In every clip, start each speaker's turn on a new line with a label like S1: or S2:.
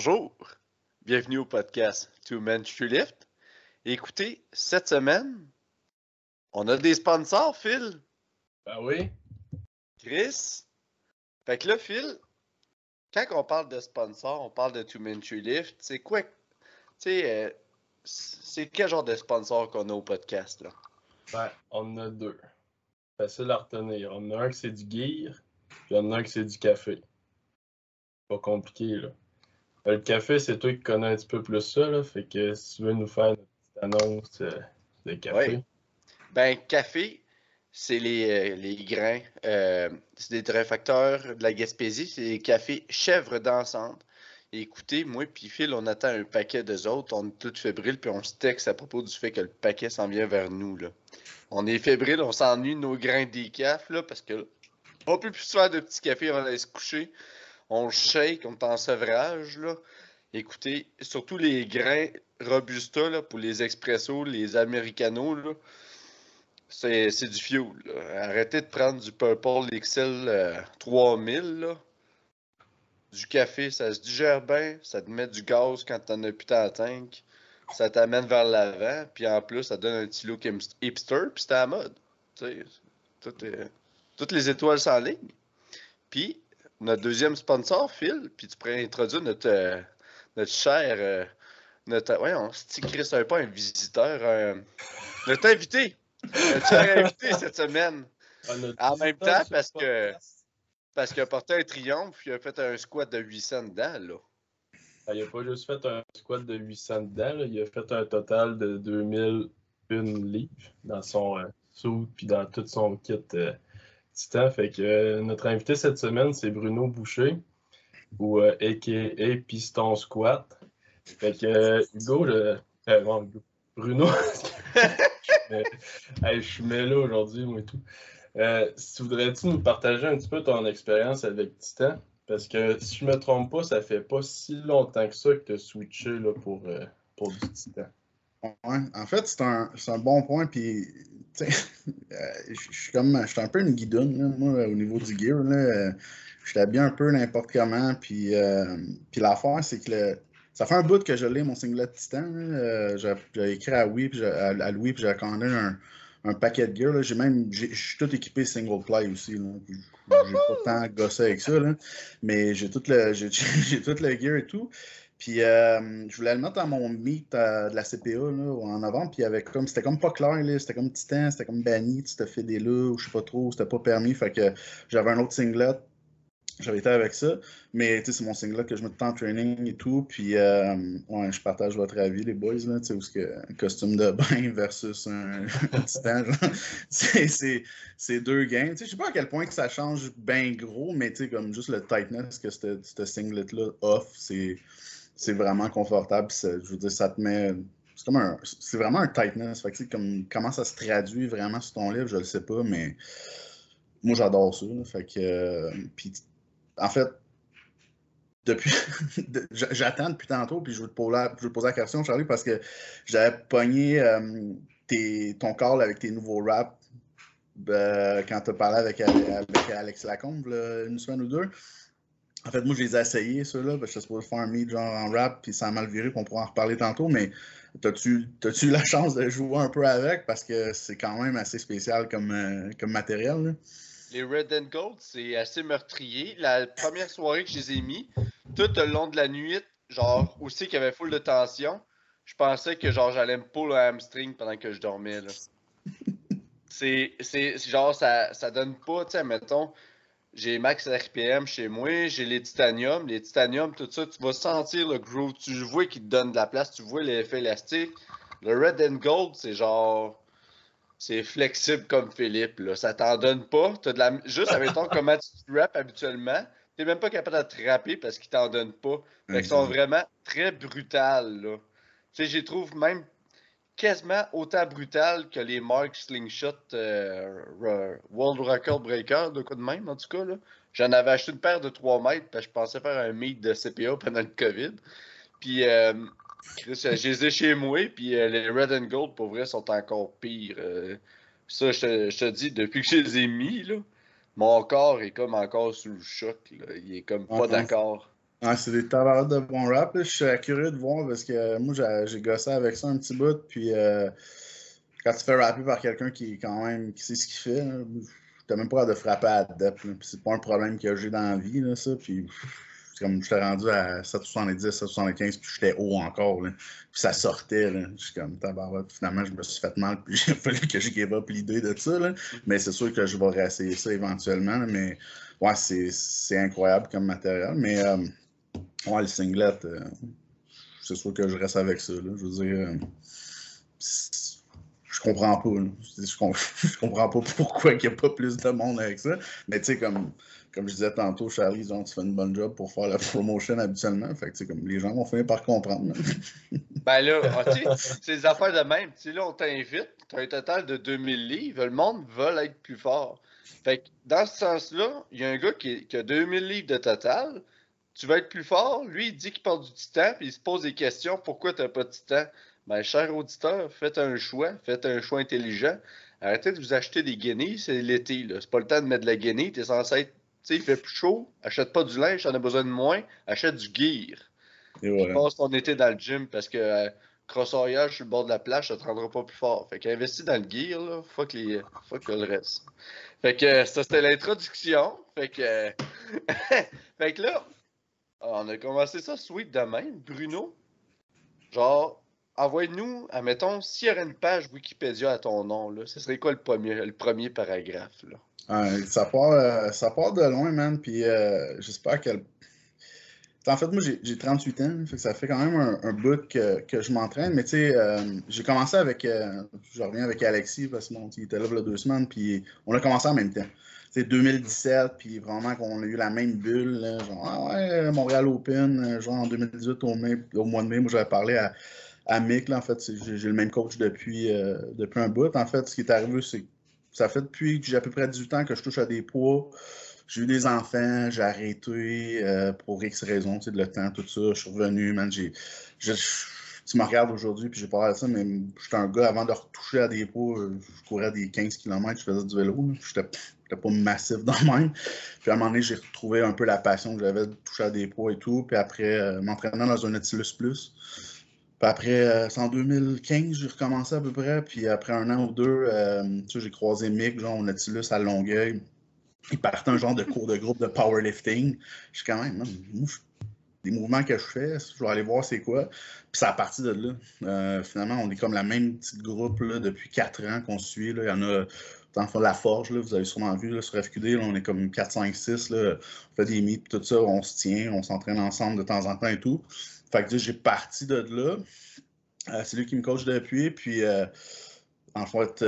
S1: Bonjour, bienvenue au podcast Two Men True Lift. Écoutez, cette semaine, on a des sponsors, Phil.
S2: Ben oui.
S1: Chris. Fait que là, Phil, quand on parle de sponsors, on parle de Two Men True Lift. C'est quoi? Tu sais, c'est quel genre de sponsor qu'on a au podcast, là?
S2: Ben, on en a deux. Facile à retenir. On en a un qui c'est du gear, puis on en a un qui c'est du café. Pas compliqué, là. Le café, c'est toi qui connais un petit peu plus ça, là. Fait que si tu veux nous faire une petite annonce de café.
S1: Oui. Ben, café, c'est les grains. C'est des torréfacteurs de la Gaspésie. C'est des cafés chèvre dansante. Et écoutez, moi puis Phil, on attend un paquet d'eux autres. On est tous fébriles, puis on se texte à propos du fait que le paquet s'en vient vers nous, là. On est fébriles, on s'ennuie de nos grains décaf, là, parce que on peut plus se faire de petits cafés avant d'aller se coucher. On shake, on est en sevrage, là. Écoutez, surtout les grains Robusta, là, pour les expressos, les americanos, là. C'est du fuel, là. Arrêtez de prendre du Purple XL 3000, là. Du café, ça se digère bien, ça te met du gaz quand t'en as plus dans la tank, ça t'amène vers l'avant, puis en plus, ça donne un petit look hipster, puis c'est à la mode. Tu sais, toutes les étoiles s'enlignent. Puis, notre deuxième sponsor, Phil, puis tu pourrais introduire notre cher, voyons, si Chris n'est pas un visiteur, notre invité, notre cher invité cette semaine. En même temps, parce qu'il a porté un triomphe, puis il a fait un squat de 800 dedans, là.
S2: Ben, il a pas juste fait un squat de 800 dedans, là. Il a fait un total de 2001 livres dans son suit puis dans tout son kit Titan. Fait que notre invité cette semaine, c'est Bruno Boucher, ou a.k.a. Piston Squat. Fait que Hugo, bon, Bruno, je suis mêlé aujourd'hui, moi et tout. Si voudrais-tu nous partager un petit peu ton expérience avec Titan? Parce que si je me trompe pas, ça fait pas si longtemps que ça que tu as switché là, pour du Titan.
S3: Ouais, en fait, c'est un bon point. Puis, tu sais, je suis un peu une guidoune, là, moi, au niveau du gear. Là, je l'habille un peu n'importe comment. Puis l'affaire, c'est que ça fait un bout que je l'ai, mon singlet Titan. Là. J'ai écrit à Louis, puis j'ai commandé un paquet de gear. Là. Je suis tout équipé single ply aussi. Là. J'ai pas tant gossé avec ça. Là. Mais j'ai tout j'ai tout le gear et tout. Puis je voulais le mettre dans mon meet de la CPA là, en novembre, puis c'était comme pas clair, là, c'était comme Titan, c'était comme banni, tu te fais des là, ou je sais pas trop, c'était pas permis, fait que j'avais un autre singlet, j'avais été avec ça, mais tu sais, c'est mon singlet que je mets tout le temps en training et tout, puis ouais, je partage votre avis, les boys, là, tu sais, où ce que un costume de bain versus un Titan, genre, c'est deux gains, tu sais, je sais pas à quel point que ça change bien gros, mais tu sais, comme juste le tightness que ce singlet-là offre, c'est vraiment confortable. Je veux dire, ça te met. C'est vraiment un tightness. Fait que, comment ça se traduit vraiment sur ton livre, je le sais pas, mais moi j'adore ça. Là. Fait que. Puis, en fait, depuis. J'attends depuis tantôt, puis je veux te poser la question, Charlie, parce que j'avais pogné ton call avec tes nouveaux raps quand tu as parlé avec Alex Lacombe, là, une semaine ou deux. En fait, moi, je les ai essayés, ceux-là. Je suis supposé faire un meet genre en rap, puis ça a mal viré, puis on pourra en reparler tantôt. Mais t'as-tu eu la chance de jouer un peu avec? Parce que c'est quand même assez spécial comme matériel. Là.
S1: Les Red and Gold, c'est assez meurtrier. La première soirée que je les ai mis, tout le long de la nuit, genre, aussi qu'il y avait full de tension, je pensais que genre j'allais me pull un hamstring pendant que je dormais, là. C'est genre, ça donne pas, tu sais, mettons, j'ai max RPM chez moi, j'ai les titanium, tout ça, tu vas sentir le groove, tu vois qu'il te donne de la place, tu vois l'effet élastique. Le Red and Gold, c'est genre, c'est flexible comme Philippe, là, ça t'en donne pas, juste, admettons, comment tu rappes habituellement, t'es même pas capable de te rapper parce qu'ils t'en donnent pas. Fait qu'ils sont vraiment très brutales, là. Tu sais, j'y trouve même quasiment autant brutal que les Mark Slingshot World Record Breaker, de quoi de même, en tout cas. Là. J'en avais acheté une paire de 3 mètres parce que je pensais faire un meet de CPA pendant le COVID. Puis, Chris, je les ai chez moi, puis les Red and Gold, pour vrai, sont encore pires. Ça, je te dis, depuis que je les ai mis, là, mon corps est comme encore sous le choc. Là. Il est comme pas d'accord.
S3: Ouais, c'est des tabacs de bon rap. Là. Je suis curieux de voir parce que moi, j'ai gossé avec ça un petit bout. Puis quand tu te fais rapper par quelqu'un qui quand même qui sait ce qu'il fait, t'as même pas hâte de frapper à la dep. Puis c'est pas un problème que j'ai dans la vie, là, ça. Puis c'est comme j'étais rendu à 7,70, 7,75, puis j'étais haut encore. Là. Puis ça sortait. Là. Je suis comme tabarouette. Finalement, je me suis fait mal. Puis il a fallu que je give up l'idée de ça. Là. Mais c'est sûr que je vais réessayer ça éventuellement. Là. Mais ouais, c'est incroyable comme matériel. Mais ouais, le singlet, c'est sûr que je reste avec ça. Là. Je veux dire, je comprends pas. Là. Je comprends pas pourquoi il n'y a pas plus de monde avec ça. Mais tu sais, comme je disais tantôt, Charlie, genre, tu fais une bonne job pour faire la promotion habituellement. Fait que tu sais, comme les gens vont finir par comprendre.
S1: Ben là, tu sais, c'est des affaires de même. Tu sais, là, on t'invite, tu as un total de 2000 livres, le monde veut être plus fort. Fait que dans ce sens-là, il y a un gars qui a 2000 livres de total, tu vas être plus fort, lui, il dit qu'il porte du titan, puis il se pose des questions, pourquoi tu n'as pas de titan? Ben, cher auditeur, faites un choix intelligent. Arrêtez de vous acheter des guenilles, c'est l'été, là. C'est pas le temps de mettre de la guenille, t'es censé être, tu sais, il fait plus chaud, achète pas du linge, t'en as besoin de moins, achète du gear.
S3: Et
S1: Puis
S3: voilà.
S1: passe ton été dans le gym parce que crossoyage sur le bord de la plage, ça te rendra pas plus fort. Fait qu'investis dans le gear, là, fuck le reste. Fait que ça, c'était l'introduction. Fait que, fait que là, on a commencé ça sweet de même. Bruno, genre, envoie-nous, admettons, s'il y aurait une page Wikipédia à ton nom, là, ce serait quoi le premier paragraphe, là?
S3: Ça part de loin, man. Puis j'espère qu'elle. En fait, moi, j'ai 38 ans, fait que ça fait quand même un bout que je m'entraîne, mais tu sais, j'ai commencé avec, je reviens avec Alexis, parce que il était là il y a 2 semaines, puis on a commencé en même temps. C'est 2017, puis vraiment qu'on a eu la même bulle, là, genre, ah ouais, Montréal Open, genre en 2018 au mois de mai, moi j'avais parlé à Mick, là, en fait, j'ai le même coach depuis un bout. En fait, ce qui est arrivé, c'est que ça fait depuis que j'ai à peu près 18 ans que je touche à des poids. J'ai eu des enfants, j'ai arrêté pour X raisons, tu sais, de le temps, tout ça. Je suis revenu, man. Tu me regardes aujourd'hui, puis j'ai parlé de ça, mais j'étais un gars, avant de retoucher à des poids, je courais des 15 km, je faisais du vélo. J'étais pas massif dans le même. Puis à un moment donné, j'ai retrouvé un peu la passion que j'avais de toucher à des poids et tout. Puis après, m'entraînant dans un Nautilus Plus. Puis après, c'est en 2015, j'ai recommencé à peu près. Puis après un an ou deux, tu sais, j'ai croisé Mick, genre au Nautilus à Longueuil. Il partait un genre de cours de groupe de powerlifting. Je suis quand même, man, moi, des mouvements que je fais, je vais aller voir c'est quoi. Puis c'est à partir de là. Finalement, on est comme la même petite groupe là, depuis 4 ans qu'on suit. Là. Il y en a dans le fond de la forge, là, vous avez sûrement vu là, sur FQD, là, on est comme 4, 5, 6. Là. On fait des meets, tout ça, on se tient, on s'entraîne ensemble de temps en temps et tout. Fait que j'ai parti de là. C'est lui qui me coach depuis. Puis en fait,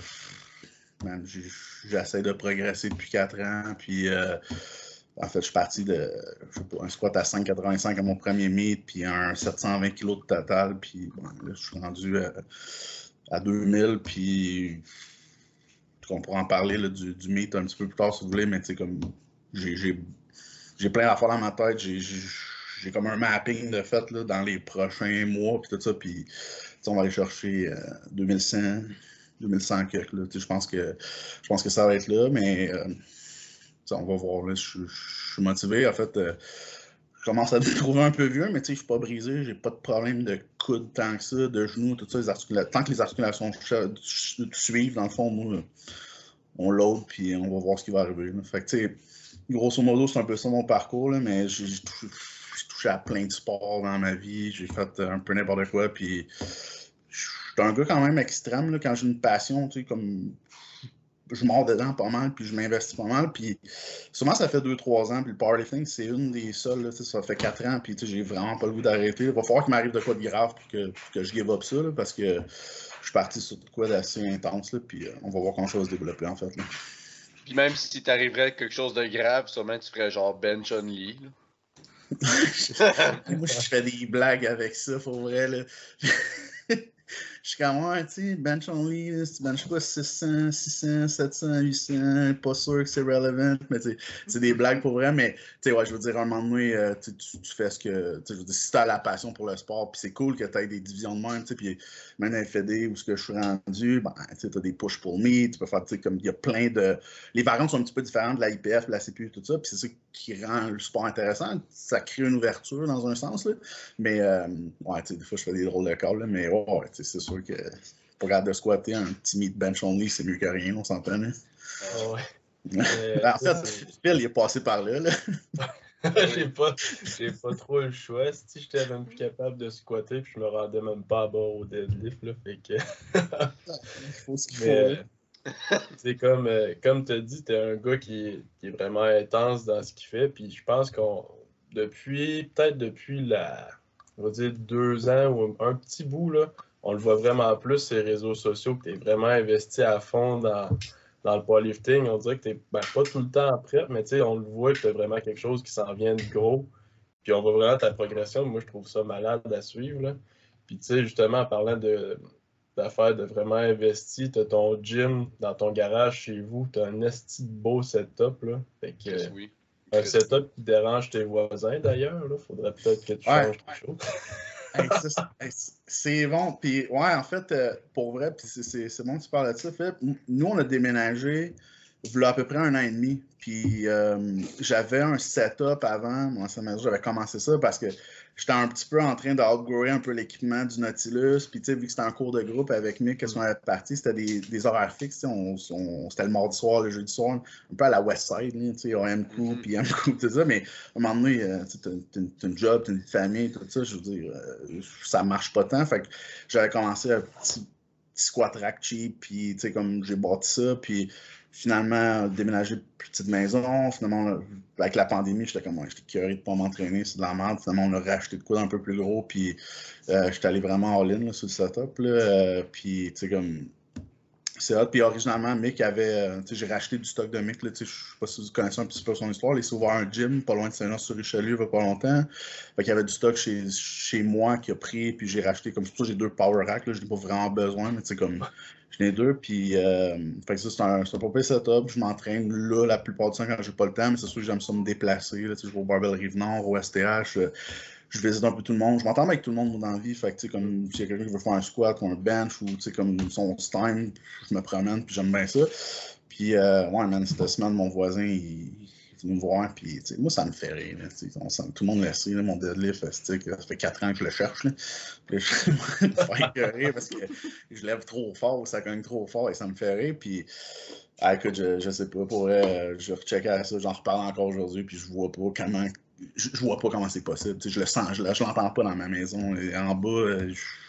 S3: j'essaie de progresser depuis 4 ans. Puis en fait, je suis parti de un squat à 5,85 à mon premier meet, puis un 720 kg de total. Puis bon, là, je suis rendu à 2000. Puis on pourra en parler là, du meet un petit peu plus tard si vous voulez, mais tu sais, comme j'ai plein d'affaires dans ma tête. J'ai comme un mapping de fait là, dans les prochains mois, puis tout ça. Puis on va aller chercher 2100 quelque. Là. Je pense que ça va être là, mais on va voir. Là. Je suis motivé. En fait, je commence à me trouver un peu vieux, mais je suis pas brisé. J'ai pas de problème de coude tant que ça, de genoux, tout ça. Tant que les articulations suivent, dans le fond, moi, on load, puis on va voir ce qui va arriver. Là. Fait que, grosso modo, c'est un peu ça mon parcours, là, mais j'ai touché à plein de sports dans ma vie. J'ai fait un peu n'importe quoi, puis je suis un gars quand même extrême, là, quand j'ai une passion, comme je mords dedans pas mal, puis je m'investis pas mal, puis souvent ça fait 2-3 ans, puis le powerlifting, c'est une des seules, là, ça fait 4 ans, puis j'ai vraiment pas le goût d'arrêter. Il va falloir qu'il m'arrive de quoi de grave pour que je give up ça, là, parce que je suis parti sur de quoi d'assez intense, là, puis on va voir comment ça va se développer, en fait. Là.
S1: Puis même si t'arriverais quelque chose de grave, sûrement tu ferais genre bench only, là.
S3: Moi, je fais des blagues avec ça, pour vrai, là. Je suis comme, ouais, tu sais, bench only, là, si tu benches pas 600, 600, 700, 800, pas sûr que c'est relevant, mais tu sais, c'est des blagues pour vrai, mais tu sais, ouais, je veux dire, à un moment donné, tu fais ce que, tu sais, je veux dire, si t'as la passion pour le sport, puis c'est cool que t'aies des divisions de même, tu sais, puis même dans le FED où ce que je suis rendu, ben, tu sais, t'as des push-pull me, tu peux faire, tu sais, comme, il y a plein de, les variantes sont un petit peu différentes de la IPF, de la CPU, tout ça, puis c'est ça qui rend le sport intéressant, ça crée une ouverture dans un sens, là, mais, ouais, tu sais, des fois, je fais des drôles de calls, là, mais ouais, tu sais, c'est sûr que pour regarder de squatter un petit meat bench only, c'est mieux que rien, on s'entend, là.
S2: Ouais.
S3: En fait, Phil, il est passé par là, là.
S2: J'ai pas trop le choix. Si j'étais même plus capable de squatter, puis je me rendais même pas à bord au deadlift, là, fait que...
S3: Il faut ce qu'il faut,
S2: Mais,
S3: là.
S2: c'est comme tu as dit, tu es un gars qui est vraiment intense dans ce qu'il fait. Puis je pense peut-être depuis on va dire 2 ans ou un petit bout, là, on le voit vraiment plus sur les réseaux sociaux, que tu es vraiment investi à fond dans le powerlifting. On dirait que tu n'es pas tout le temps après, mais on le voit que tu as vraiment quelque chose qui s'en vient de gros. Puis on voit vraiment ta progression. Moi, je trouve ça malade à suivre, là. Puis justement, en parlant d'affaires de vraiment investi. Tu as ton gym dans ton garage chez vous. Tu as un esti de beau setup. Là. Fait que,
S1: Oui.
S2: un setup qui dérange tes voisins d'ailleurs. Il faudrait peut-être que tu changes quelque chose.
S3: Hey, c'est bon. Puis, ouais, en fait, pour vrai, puis c'est bon que tu parles de ça, Philippe. Nous, on a déménagé il y a à peu près 1 an et demi. Puis, j'avais un setup avant. Moi, j'avais commencé ça parce que j'étais un petit peu en train d'outgrower un peu l'équipement du Nautilus. Puis, tu sais, vu que c'était un cours de groupe avec Mick, qu'est-ce qu'on avait parti, c'était des horaires fixes. C'était le mardi soir, le jeudi soir, un peu à la West Side, tu sais, OM-coup, puis M-coup, tout ça. Mais à un moment donné, t'as une job, t'as une famille, tout ça. Je veux dire, ça marche pas tant. Fait que j'avais commencé un petit squat rack cheap, puis, tu sais, comme j'ai bâti ça, puis finalement, déménager plus petite maison. Finalement, avec la pandémie, j'étais comme, ouais, j'étais curieux de pas m'entraîner, c'est de la merde. Finalement, on a racheté de quoi d'un peu plus gros, puis j'étais allé vraiment all-in là, sur le setup. Là, puis, tu sais, comme, c'est hot. Puis, originalement, Mick avait, tu sais, j'ai racheté du stock de Mick, là, tu sais, je sais pas si vous connaissez un petit peu son histoire. Il s'est ouvert un gym pas loin de Saint-Laurent-sur-Richelieu, il y a pas longtemps. Fait qu'il y avait du stock chez moi qui a pris, puis j'ai racheté, comme ça, j'ai 2 power racks, là, je n'ai pas vraiment besoin, mais tu sais, comme, j'en ai 2, puis fait que ça, c'est un pas pire setup. Je m'entraîne là la plupart du temps quand j'ai pas le temps, mais c'est sûr que j'aime ça me déplacer. Là, je vais au Barbell Rive-Nord, au STH, je visite un peu tout le monde. Je m'entends avec tout le monde dans la vie. Fait que, comme s'il y a quelqu'un qui veut faire un squat ou un bench ou comme son time, je me promène, puis j'aime bien ça. Puis, ouais, man, cette semaine, mon voisin, il est venu me voir, puis moi, ça me fait rire. Là, tout le monde le sait, là, mon deadlift, ça fait 4 ans que je le cherche. Là. Puis, je me fais rire parce que je lève trop fort, ça cogne trop fort et ça me fait rire. Puis, écoute, je sais pas, pour vrai, je recheck à ça, j'en reparle encore aujourd'hui, puis je vois pas comment c'est possible. Je le sens, je l'entends pas dans ma maison. Et en bas,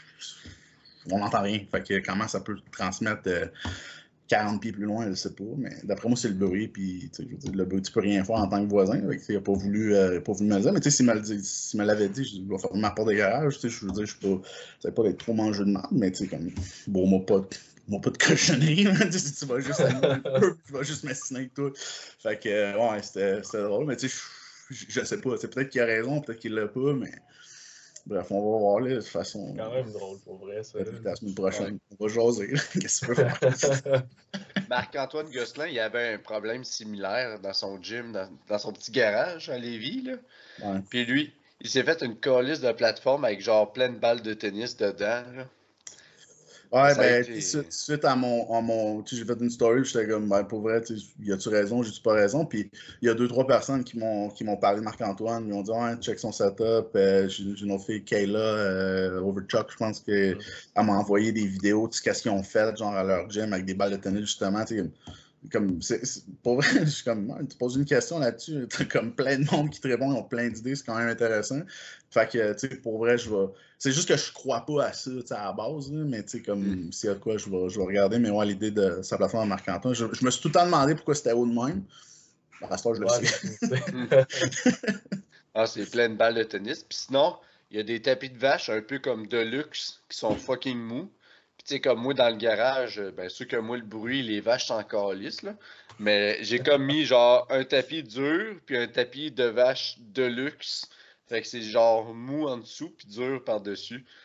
S3: on n'entend rien. Fait que comment ça peut transmettre 40 pieds plus loin, je sais pas. Mais d'après moi, c'est le bruit. Puis, je veux dire, le bruit, tu peux rien faire en tant que voisin. Il n'a pas voulu me le dire. Mais s'il me l'avait dit, je dois faire ma porte de garage. Je veux dire, je ne sais pas d'être trop mangeux de merde. Mais comme, bon, moi, pas de cochonnerie. Tu vas juste aller un peu, tu vas juste m'assiner avec toi. Fait que, ouais, c'était drôle. Mais je sais pas. Peut-être qu'il a raison, peut-être qu'il l'a pas. Mais bref, on va voir là, de toute façon.
S2: C'est quand même drôle pour vrai, ça.
S3: La semaine prochaine, on va jaser. Qu'est-ce que tu peux faire?
S1: Marc-Antoine Gosselin, il avait un problème similaire dans son gym, dans son petit garage à Lévis. Là.
S3: Ouais.
S1: Puis lui, il s'est fait une calice de plateforme avec genre plein de balles de tennis dedans. Là.
S3: Ouais,
S1: Ça a
S3: ben,
S1: été...
S3: suite à mon j'ai fait une story, j'étais comme, ben, pour vrai, y a-tu raison, j'ai-tu pas raison? Puis, il y a 2-3 personnes qui m'ont parlé de Marc-Antoine, ils m'ont dit, ouais, check son setup. J'ai une autre fille, Kayla, Overchuck, je pense qu'elle m'a envoyé des vidéos de ce qu'ils ont fait, genre, à leur gym avec des balles de tennis, justement, tu sais, comme, pour vrai, je suis comme, tu poses une question là-dessus, t'as comme plein de monde qui te répond, ils ont plein d'idées, c'est quand même intéressant. Fait que, tu sais, pour vrai, c'est juste que je crois pas à ça, tu sais, à la base, là, mais tu sais, comme, s'il y a de quoi, je vais regarder, mais ouais, l'idée de sa plateforme à Marc-Antoine, je me suis tout le temps demandé pourquoi c'était haut de même. À ce temps, je le sais.
S1: Ah, c'est plein de balles de tennis. Puis sinon, il y a des tapis de vache un peu comme Deluxe qui sont fucking mous. Puis tu sais, comme moi dans le garage, ben sûr que moi le bruit, les vaches sont calices, là. Mais j'ai comme mis genre un tapis dur, puis un tapis de vache Deluxe. Fait que c'est genre mou en dessous, puis dur par-dessus.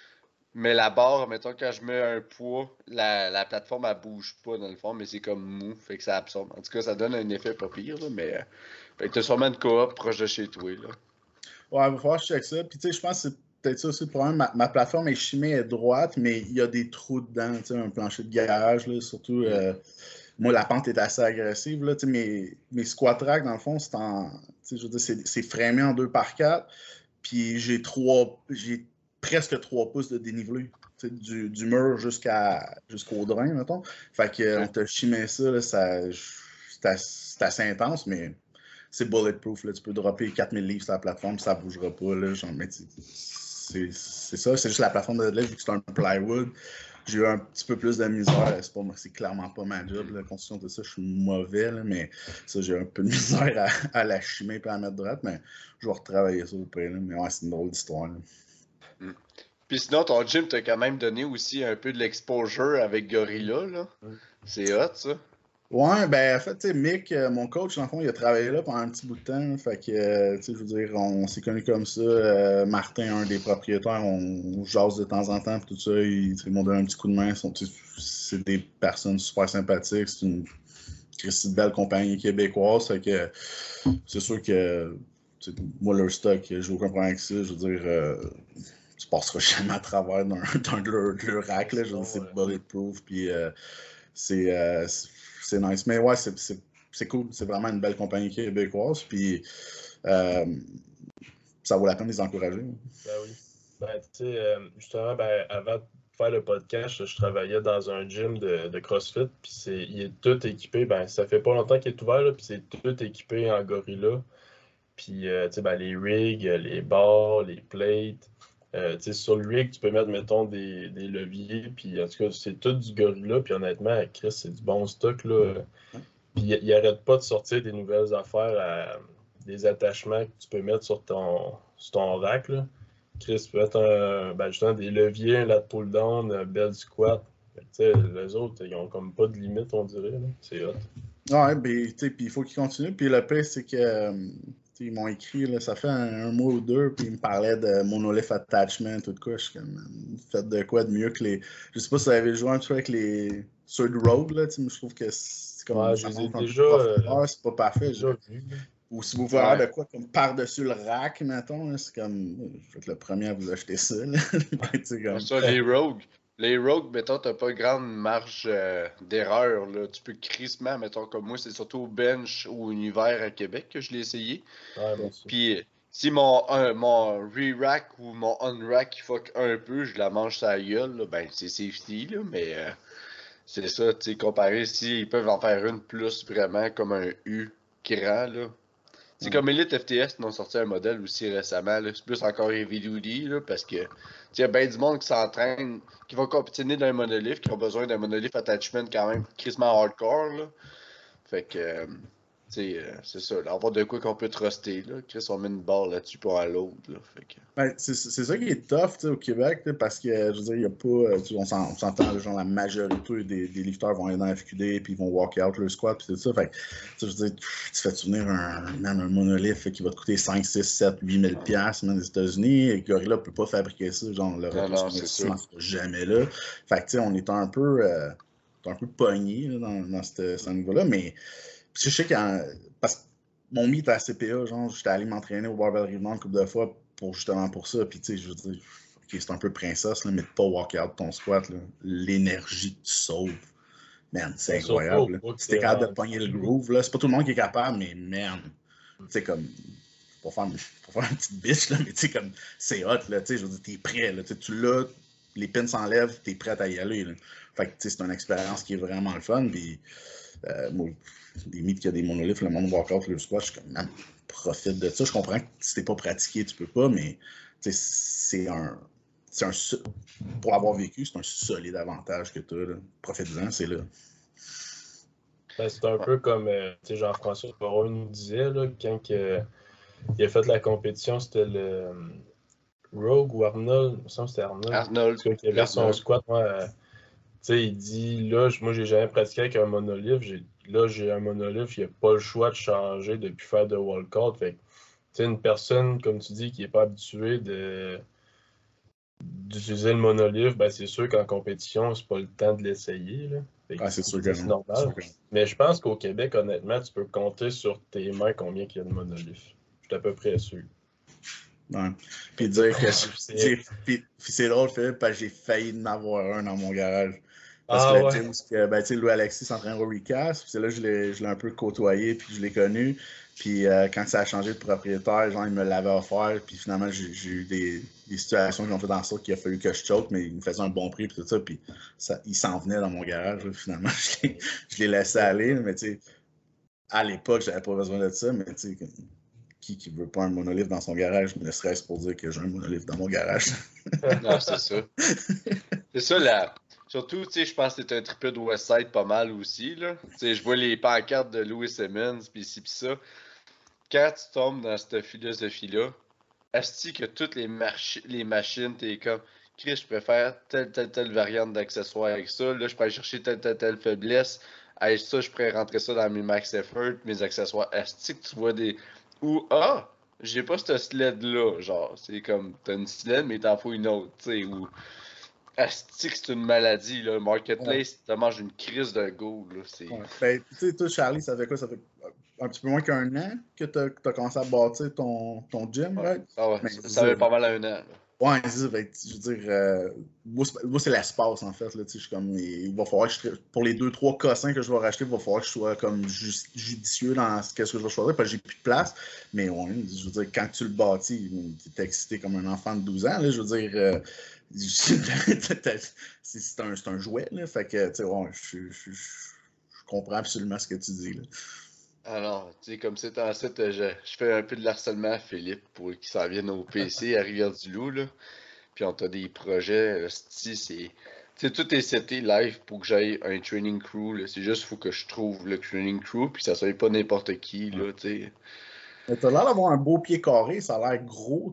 S1: Mais la barre, mettons, quand je mets un poids, la plateforme, elle bouge pas dans le fond, mais c'est comme mou, fait que ça absorbe. En tout cas, ça donne un effet pas pire, là, mais... fait que t'as sûrement une coop proche de chez toi, là.
S3: Ouais, il va falloir que je check ça. Puis, tu sais, je pense que c'est peut-être ça aussi le problème. Ma plateforme est chimée, elle est droite, mais il y a des trous dedans, tu sais, un plancher de garage, là, surtout. Moi, la pente est assez agressive, là, tu sais, mes squat racks, dans le fond, c'est en. Tu sais, je veux dire, c'est framé en 2x4. Puis, j'ai presque 3 pouces de dénivelé. Tu sais, du mur jusqu'au drain, mettons. Fait que, on t'a chimé ça, là, c'est assez intense, mais c'est bulletproof. Là. Tu peux dropper 4000 livres sur la plateforme, ça ne bougera pas. Là. Genre, mais c'est ça. C'est juste la plateforme de deadlift, vu que c'est un plywood. J'ai eu un petit peu plus de misère. C'est clairement pas ma job. La construction de ça, je suis mauvais. Là, mais ça, j'ai un peu de misère à la chimer et à la mettre droite. Mais je vais retravailler ça au pire. Là. Mais ouais, c'est une drôle d'histoire.
S1: Mm. Puis sinon, ton gym t'a quand même donné aussi un peu de l'exposure avec Gorilla, là. C'est hot, ça.
S3: Ouais, ben en fait, tu sais, Mick, mon coach, dans le fond, il a travaillé là pendant un petit bout de temps. Fait que, tu sais, je veux dire, on s'est connus comme ça. Martin, un des propriétaires, on jase de temps en temps, puis tout ça. Ils m'ont donné un petit coup de main. C'est des personnes super sympathiques. C'est une Christy de belle compagnie québécoise. Fait que, c'est sûr que, moi, leur stock, j'ai aucun problème avec ça. Je veux dire, tu passeras jamais à travers d'un de leur rack, là. Je veux dire, c'est bulletproof, puis c'est nice. Mais ouais, c'est cool. C'est vraiment une belle compagnie québécoise. Puis ça vaut la peine de les encourager.
S2: Ben oui. Ben, tu sais, justement, ben, avant de faire le podcast, je travaillais dans un gym de CrossFit. Puis il est tout équipé. Ben, ça fait pas longtemps qu'il est ouvert, là, puis c'est tout équipé en Gorilla. Puis, tu sais, ben, les rigs, les barres, les plates. Tu sais, sur le rig, tu peux mettre, mettons, des leviers. Puis, en tout cas, c'est tout du Gorilla. Puis, honnêtement, Chris, c'est du bon stock, là. Puis, il arrête pas de sortir des nouvelles affaires, des attachements que tu peux mettre sur ton rack, là. Chris, tu peux mettre ben, justement des leviers, un lat pull down, un belt squat. Tu sais, les autres, ils ont comme pas de limite, on dirait, là. C'est hot.
S3: Ouais, ben, tu sais, puis il faut qu'ils continuent. Puis le pire, c'est que ils m'ont écrit, là, ça fait un mois ou deux, puis ils me parlaient de monolith attachment, tout de quoi. Je suis comme, faites de quoi de mieux que les. Je sais pas si vous avez joué un peu avec les. Sur le road, là, tu sais, je trouve que c'est comme.
S2: Ouais,
S3: Ça
S2: je les ai
S3: manque un peu de
S2: déjà,
S3: profondeur, c'est pas parfait.
S2: déjà vus.
S3: Ou si vous voulez avoir de quoi comme par-dessus le rack, mettons, là, c'est comme. Je vais être le premier à vous acheter ça. Là. Comme...
S1: Ça, les Rogues. Les Rogues, mettons, t'as pas grande marge d'erreur, là. Tu peux crissement, mettons, comme moi, c'est surtout au bench ou univers à Québec que je l'ai essayé.
S2: Ouais, moi aussi.
S1: Puis si mon re-rack ou mon on-rack il fuck un peu, je la mange sur la gueule, là, ben c'est safety, là, mais c'est ça, tu sais, comparé si ils peuvent en faire une plus vraiment comme un U grand, là. C'est comme Elite FTS, ils ont sorti un modèle aussi récemment, là. C'est plus encore heavy duty, là, parce que il y a bien du monde qui s'entraîne, qui va compétitionner d'un monolith, qui ont besoin d'un monolith attachment quand même crissement hardcore, là. Fait que, c'est ça, là, avoir de quoi qu'on peut truster, là. Chris, on met une barre là-dessus pour à l'autre, là. Fait que...
S3: Ben, c'est ça qui est tough au Québec, parce que je veux dire, il n'y a pas. On s'entend, genre, la majorité des lifters vont aller dans la FQD puis ils vont walk out le squat puis tout ça. Fait que, je veux dire, tu fais souvenir un monolith qui va te coûter 5, 6, 7, 8 000 $, des États-Unis, et Gorilla ne peut pas fabriquer ça. Genre, le retour sur investissement ne sera jamais là. Fait que, tu sais, on est un peu pogné dans ce niveau-là, mais je sais parce que mon meet à CPA, genre, j'étais allé m'entraîner au Barbell Rivenon une couple de fois justement pour ça. Puis, tu sais, je veux dire, ok, c'est un peu princesse, là, mais de pas walk out ton squat, l'énergie que tu sauves, man, c'est incroyable. Si t'es capable de pogner le groove, là, c'est pas tout le monde qui est capable, mais man, tu sais, comme, pour faire une petite bitch, là, mais tu sais, comme, c'est hot, là, tu sais, je veux dire, t'es prêt, là, tu l'as, les pins s'enlèvent, t'es prêt à y aller, là. Fait que, tu sais, c'est une expérience qui est vraiment le fun, puis moi, des mythes qu'il y a des monolithes, le monde walk-out, le squat, je suis comme, man, profite de ça. Je comprends que si t'es pas pratiqué, tu peux pas, mais c'est un. Pour l'avoir vécu, c'est un solide avantage que tu as. Profite-en, c'est là.
S2: Ben, c'est un peu comme Jean-François Moreau nous disait, là, quand il a fait la compétition, c'était le Rogue ou Arnold. Il me semble que c'était Arnold.
S1: Arnold.
S2: Parce qu'il avait son squat. Il dit, là, moi, j'ai jamais pratiqué avec un monolith. Là, j'ai un monolith, il n'a pas le choix de changer depuis faire de walkout. Fait que, une personne, comme tu dis, qui n'est pas habituée d'utiliser le monolithe, ben c'est sûr qu'en compétition, c'est pas le temps de l'essayer, là.
S3: C'est sûr que
S2: C'est
S3: non.
S2: normal. Mais je pense qu'au Québec, honnêtement, tu peux compter sur tes mains combien il y a de monolithes. Je suis à peu près sûr.
S3: Ouais. Puis dire que puis c'est drôle, Philippe, parce que j'ai failli en avoir un dans mon garage. Parce que le gym, tu sais, Louis Alexis s'entraîne au Recast, puis c'est là que je l'ai un peu côtoyé, puis je l'ai connu. Puis quand ça a changé de propriétaire, genre, il me l'avait offert, puis finalement, j'ai eu des situations qui ont fait en sorte qu'il a fallu que je choke, mais il me faisait un bon prix, puis tout ça, puis il s'en venait dans mon garage, là, finalement. Je l'ai laissé aller, mais tu sais, à l'époque, j'avais pas besoin de ça, mais tu sais, qui veut pas un monolithe dans son garage, ne serait-ce pour dire que j'ai un monolithe dans mon garage.
S1: Non, c'est ça. C'est ça, là. Surtout, tu sais, je pense que c'est un triple de Westside pas mal aussi, là. Tu sais, je vois les pancartes de Louis Simmons, pis ci pis ça. Quand tu tombes dans cette philosophie-là, asti que toutes les machines, t'es comme, Chris, je préfère telle variante d'accessoires avec ça. Là, je pourrais aller chercher telle faiblesse. Avec ça, je pourrais rentrer ça dans mes max effort, mes accessoires. Asti que tu vois des. Ou, j'ai pas cette sled-là. Genre, c'est comme, t'as une sled, mais t'en faut une autre, tu sais. Ou, asti que c'est une maladie, là. Marketplace, te mange une crise de go, là. C'est.
S3: Ouais. Ben, tu sais, toi, Charlie, ça fait quoi? Ça fait un petit peu moins qu'un an que tu as commencé à bâtir ton gym,
S1: Ouais,
S3: right?
S1: ouais,
S3: Mais je
S1: ça
S3: veux
S1: fait
S3: dire,
S1: pas mal un an, là.
S3: ouais, c'est ça. Fait que, je veux dire, moi, c'est l'espace, en fait. Là, tu sais, je suis comme, il va falloir que pour les 2-3 cossins que je vais racheter, il va falloir que je sois comme judicieux dans ce que je vais choisir, parce que j'ai plus de place. Mais ouais, je veux dire, quand tu le bâtis, tu es excité comme un enfant de 12 ans. Là, je veux dire, c'est un jouet. Là, fait que, tu sais, ouais, je comprends absolument ce que tu dis. Là.
S1: Alors, tu sais, comme c'est en site, je fais un peu de l'harcèlement à Philippe pour qu'il s'en vienne au PC à Rivière-du-Loup, là. Puis on a des projets, c'est. Tu sais, tout est seté live pour que j'aille un training crew, là. C'est juste, faut que je trouve le training crew, puis ça soit pas n'importe qui,
S3: Ouais.
S1: là, tu sais.
S3: Mais t'as l'air d'avoir un beau pied carré, ça a l'air gros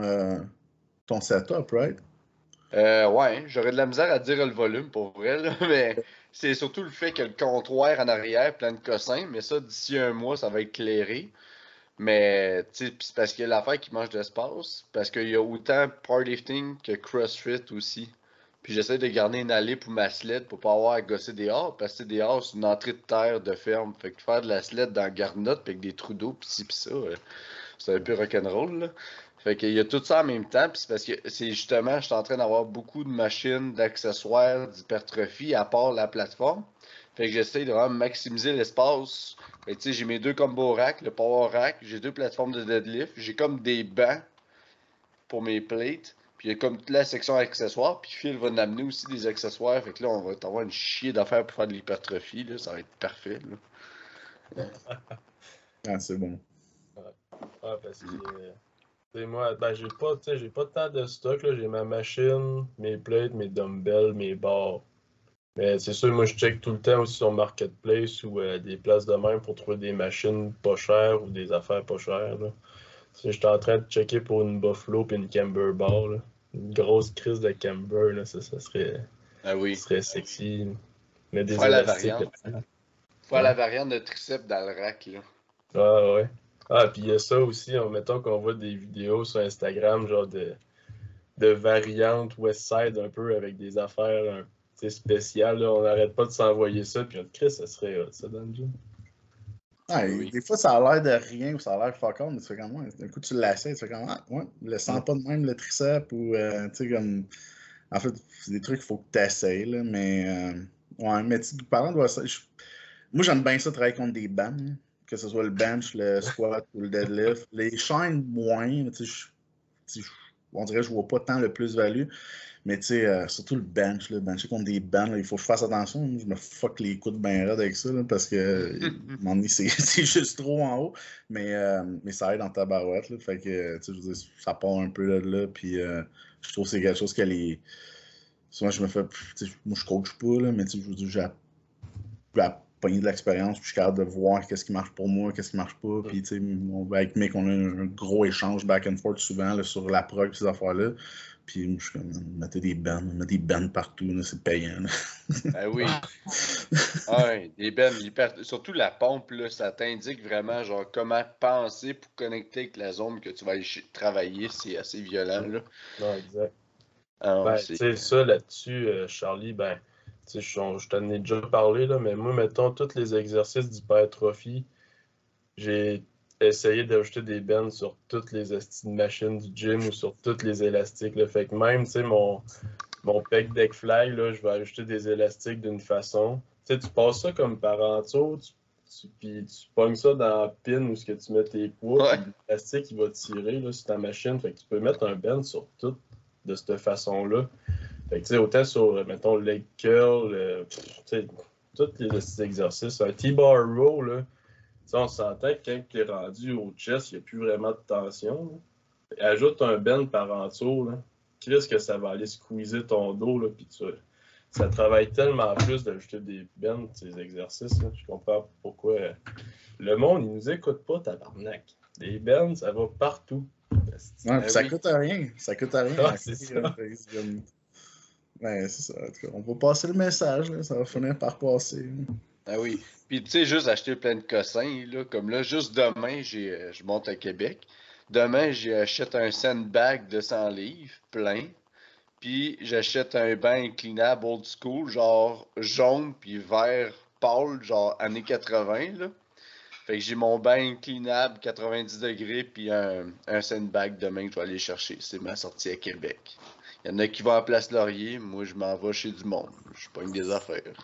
S3: ton setup, right?
S1: Ouais, j'aurais de la misère à dire le volume pour vrai, là, mais c'est surtout le fait que le comptoir en arrière, plein de cossins, mais ça, d'ici un mois, ça va être clairé. Mais, tu sais, pis c'est parce qu'il y a l'affaire qui mange de l'espace, parce qu'il y a autant powerlifting que CrossFit aussi. Puis j'essaie de garder une allée pour ma sled pour pas avoir à gosser dehors, parce que dehors, c'est une entrée de terre de ferme. Fait que faire de la sled dans la garnotte, pis avec des trous d'eau, pis ci pis ça, c'est un peu rock'n'roll, là. Fait qu'il y a tout ça en même temps, pis c'est parce que c'est justement, je suis en train d'avoir beaucoup de machines, d'accessoires, d'hypertrophie à part la plateforme. Fait que j'essaie de vraiment maximiser l'espace. Fait que tu sais, j'ai mes deux combo racks, le power rack, j'ai deux plateformes de deadlift, j'ai comme des bancs pour mes plates, puis il y a comme toute la section accessoires, puis Phil va m'amener aussi des accessoires, fait que là, on va avoir une chier d'affaires pour faire de l'hypertrophie, là, ça va être parfait, là.
S3: Ah, c'est bon.
S2: Ouais, parce que tu sais, moi, ben, j'ai pas tant de stock, là. J'ai ma machine, mes plates, mes dumbbells, mes barres. Mais c'est sûr, moi, je check tout le temps aussi sur Marketplace ou des places de même pour trouver des machines pas chères ou des affaires pas chères, là. Tu sais, j'étais en train de checker pour une Buffalo et une Camber bar, là. Une grosse crise de Camber, là, ça
S1: Ah oui.
S2: serait sexy. Mais des
S1: Faire la
S2: élastiques
S1: variante.
S2: là-dedans.
S1: Faire la variante de triceps dans le rack, là.
S2: Ah ouais. Ah, puis il y a ça aussi, mettons qu'on voit des vidéos sur Instagram, genre de variantes Westside un peu avec des affaires tu sais, spéciales. Là. On n'arrête pas de s'envoyer ça, puis on Chris, ça serait hot, ça dans le gym.
S3: Ah,
S1: Oui.
S3: des fois, ça a l'air de rien ou ça a l'air fuck all, mais tu fais comme, ouais, d'un coup, tu l'essaies, tu fais comme, ah, ouais, le sens pas de même le tricep ou, tu sais, comme, en fait, c'est des trucs qu'il faut que tu essaies, là, mais, ouais, mais parlant de ça, moi, j'aime bien ça travailler contre des bancs, là, que ce soit le bench, le squat ou le deadlift. Les chaînes, moins, tu sais, on dirait que je vois pas tant le plus-value. Mais tu sais, surtout le bench, là, bencher contre des bancs, là, il faut que je fasse attention. Je me fuck les coudes bien raides avec ça, là, parce que à un moment donné, c'est juste trop en haut. Mais ça aide dans ta barouette. Là, fait que, tu sais, je veux dire, ça part un peu là. Puis je trouve que c'est quelque chose que les. Souvent, je me fais. Tu sais, moi, je coach pas, là, mais tu sais, je veux dire, j'ai pogné de l'expérience, puis je suis capable de voir qu'est-ce qui marche pour moi, qu'est-ce qui marche pas. Puis, tu sais, avec Mick, on a un gros échange back and forth souvent là, sur la prog et ces affaires-là. Puis, je suis comme, mettez des bands partout, là, c'est payant. Là.
S1: Ah oui. Ah ouais, des bennes, surtout la pompe, là, ça t'indique vraiment genre comment penser pour connecter avec la zone que tu vas aller travailler, c'est assez violent, là.
S2: Non, exact.
S1: Alors,
S2: Ben,
S1: c'est...
S2: tu sais, ça là-dessus, Charlie, ben, tu sais, je t'en ai déjà parlé, là, mais moi, mettons, tous les exercices d'hypertrophie, j'ai essayé d'ajouter des bands sur toutes les esti de machines du gym ou sur toutes les élastiques, là. Fait que même, tu sais, mon pec deck fly, là, je vais ajouter des élastiques d'une façon. Tu sais, tu passes ça comme par en dessous, puis tu pognes ça dans la pin où ce que tu mets tes poids,
S1: Ouais.
S2: puis l'élastique, il va tirer là, sur ta machine. Fait que tu peux mettre un bend sur tout de cette façon-là. Fait que, tu sais, autant sur, mettons, le leg curl, tu sais, tous les petits exercices. Un T-bar row, là, tu sais, on s'entend que quand tu es rendu au chest, il n'y a plus vraiment de tension, là. Ajoute un bend par en dessous, là. Qu'est-ce que ça va aller squeezer ton dos, là, puis ça travaille tellement plus d'ajouter des bends, ces exercices, là. Je comprends pourquoi le monde, il nous écoute pas, tabarnak. Des bends, ça va partout.
S3: Ouais, puis ça
S1: oui.
S3: coûte rien. Ça coûte rien.
S2: Ah, c'est ça.
S3: Ouais, c'est ça. En tout cas, on va passer le message, là, ça va finir par passer.
S1: Ah oui. Puis tu sais, juste acheter plein de cossins, là, comme là, juste demain, je monte à Québec. Demain, j'achète un sandbag de 100 livres, plein. Puis j'achète un banc inclinable old school, genre jaune puis vert pâle, genre années 80, là. Fait que j'ai mon banc inclinable 90 degrés puis un sandbag demain que je vais aller chercher. C'est ma sortie à Québec. Il y en a qui vont à Place Laurier, moi je m'en vais chez du monde. Je pogne des affaires.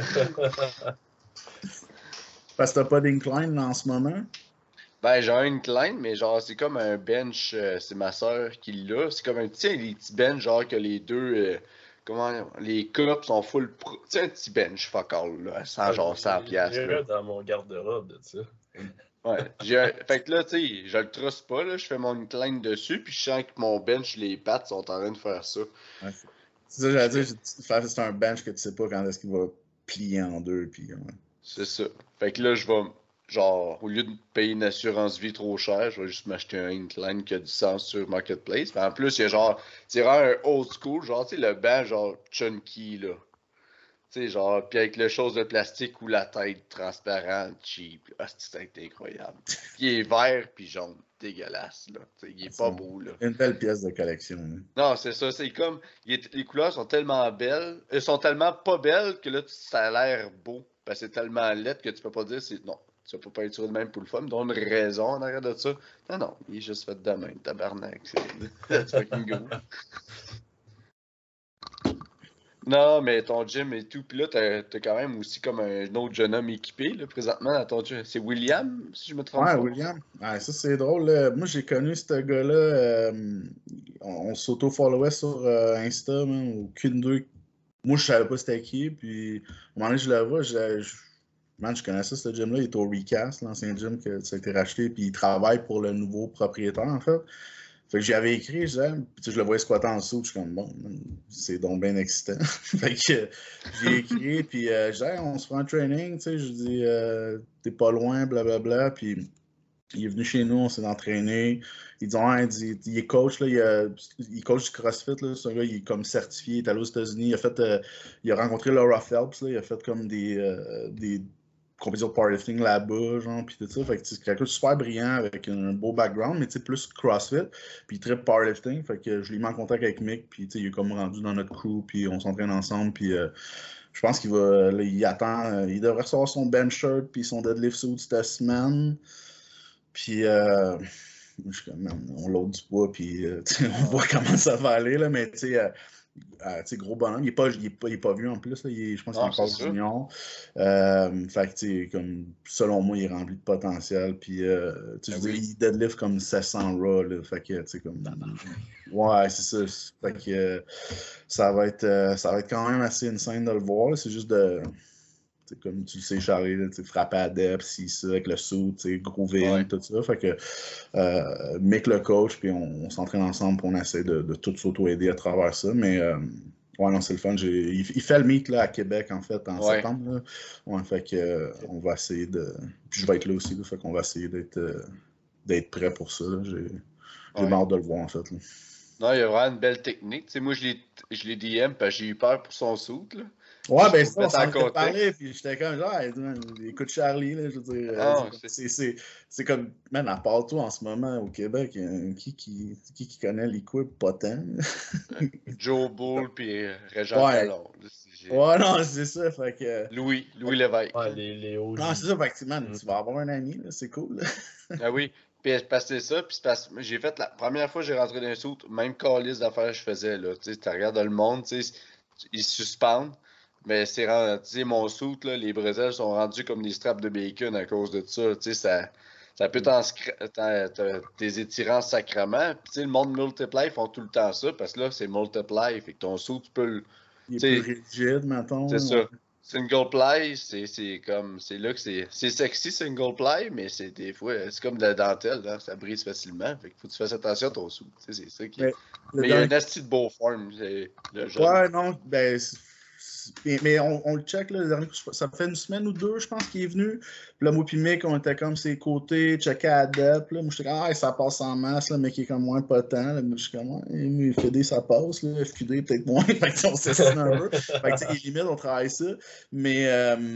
S3: Parce que t'as pas d'incline en ce moment.
S1: Ben, j'ai un incline, mais genre, c'est comme un bench, c'est ma soeur qui l'a. C'est comme un petit, les petits bench, genre que les deux, comment, les cups sont full pro. Tu sais, un petit bench, fuck all, là, à genre 100 piastres, là.
S2: J'irai dans mon garde-robe de ça.
S1: Ouais, fait que là, tu sais, je le truste pas, là, je fais mon incline dessus, puis je sens que mon bench, les pattes sont en train de faire ça.
S3: Ouais, c'est ça, j'allais dire, c'est un bench que tu sais pas quand est-ce qu'il va plier en deux. Puis, ouais.
S1: C'est ça. Fait que là, je vais, genre, au lieu de payer une assurance vie trop chère, je vais juste m'acheter un incline qui a du sens sur Marketplace. Mais en plus, il y a genre, c'est vraiment un old school, genre, tu sais, le banc, genre, chunky, là. Tu sais, genre, puis avec le chose de plastique ou la tête transparente, cheap. Ah, c'est incroyable. Puis il est vert puis jaune. Dégueulasse, là. Tu sais, il est pas beau, là.
S3: Une belle pièce de collection. Hein.
S1: Non, c'est ça. C'est comme. Les couleurs sont tellement belles. Elles sont tellement pas belles que là, ça a l'air beau. Parce que c'est tellement laid que tu peux pas dire c'est. Non. Tu peux pas être sur le même pour le fun. Donne une raison en arrière de ça. Non, non. Il est juste fait de même, tabarnak. C'est fucking go. Non, mais ton gym et tout. Puis là, t'as quand même aussi comme un autre jeune homme équipé, là, présentement, dans ton gym. C'est William, si je me trompe
S3: Ouais,
S1: pas.
S3: William. Ouais, ça, c'est drôle. Là. Moi, j'ai connu ce gars-là. On s'auto-followait sur Insta, man, aucune d'eux. Moi, je savais pas c'était qui. Puis, à un moment donné, je le vois. Man, je connaissais ce gym-là. Il est au Recast, l'ancien gym que ça a été racheté. Puis, il travaille pour le nouveau propriétaire, en fait. Fait que j'avais écrit, je disais, puis je le voyais squatter en dessous, je suis comme, bon, c'est donc bien excitant. Fait que j'ai écrit, puis je disais, hey, on se fera un training, tu sais, je dis, t'es pas loin, blablabla, puis il est venu chez nous, on s'est entraîné. Il dit, ouais, il est coach, là, il coach du CrossFit, là, ce gars, il est comme certifié, il est allé aux États-Unis, il a rencontré Laura Phelps, là, il a fait comme des compétition de powerlifting là-bas, genre, puis tout ça. Fait que c'est quelqu'un de super brillant avec un beau background, mais tu sais, plus CrossFit, puis très powerlifting. Fait que je l'ai mis en contact avec Mick, puis tu sais, il est comme rendu dans notre crew, puis on s'entraîne ensemble, puis je pense qu'il va, là, il attend, il devrait recevoir son bench shirt, puis son deadlift suit cette semaine. Puis je suis comme, man, on load du poids, puis on voit comment ça va aller, là, mais tu sais, gros bonhomme. Il est pas vieux en plus. Là. Je pense qu'il est
S1: Non, c'est
S3: encore
S1: ça.
S3: junior. Fait que, tu sais, comme, selon moi, il est rempli de potentiel. Puis, tu sais, je veux dire, il deadlift comme 700 raw. Là. Fait que, tu sais, comme. Ouais, c'est ça. Fait que ça va être quand même assez insane de le voir. Là. C'est juste de. Comme tu le sais, Charlie, là, frapper à depth, si ça, avec le saut, gros VM,
S1: Ouais.
S3: tout ça. Fait que Mick le coach, puis on s'entraîne ensemble, puis on essaie de tout s'auto-aider à travers ça. Mais ouais, non, c'est le fun. Il fait le meet là, à Québec, en fait, en
S1: Ouais.
S3: septembre. Là. Ouais, fait que on va essayer de. Puis je vais être là aussi, là, fait qu'on va essayer d'être prêt pour ça. J'ai
S1: Ouais.
S3: hâte de le voir, en fait. Là.
S1: Non, il y a vraiment une belle technique. Tu sais, moi, je l'ai DM parce que j'ai eu peur pour son suit, là.
S3: Ouais, ben
S1: Juste
S3: ça,
S1: pour
S3: on
S1: mettre en
S3: s'en était parlé,
S1: contexte.
S3: puis j'étais comme genre, hey, man, écoute Charlie, là, je veux dire,
S1: Ah,
S3: c'est comme, man, à part toi en ce moment au Québec, qui connaît l'Equip pas tant?
S1: Joe Bull puis Régent
S3: Ouais,
S1: Talon. Là,
S3: ouais, non, c'est ça, fait que,
S1: Louis Lévesque.
S2: Ouais, les
S3: non,
S2: OG.
S3: c'est ça, fait que, man,
S2: Mm.
S3: tu vas avoir un ami, là, c'est cool, là.
S1: Ah oui. Puis c'est ça, puis c'est parce que j'ai fait la première fois que j'ai rentré dans un suit, même calice d'affaires que je faisais, là. Tu sais, tu regardes le monde, tu sais, ils se suspendent. Mais c'est rendu, tu sais, mon suit, là, les bretelles sont rendus comme des straps de bacon à cause de ça. Tu sais, ça peut tes étirants sacrement. Puis, tu sais, le monde multiply, ils font tout le temps ça, parce que là, c'est multiply. Fait que ton suit, tu peux le.
S3: Il est
S1: Tu
S3: plus
S1: sais,
S3: rigide,
S1: c'est
S3: mettons.
S1: ça. Single play, c'est comme. C'est là que c'est sexy single play, mais c'est des fois. C'est comme de la dentelle, hein, ça brise facilement. Fait qu'il faut que tu fasses attention à ton sou. Tu sais, c'est ça qui est.
S3: Mais le
S1: Mais il y a un
S3: dernier
S1: asti de beau form, c'est le jeune.
S3: ouais, non, ben, mais on le check, là, le dernier coup, ça fait une semaine ou deux, je pense, qu'il est venu. Puis là, moi puis Mick, on était comme ses côtés, checker Adep, là. Moi, j'étais comme, ah, ça passe en masse, là, mais qui est comme moins potent, là. Moi, je suis comme, ouais, FD, ça passe, là. FQD, peut-être moins. Fait que, on s'estime un peu. Fait que, tu sais, limite, on travaille ça. Mais,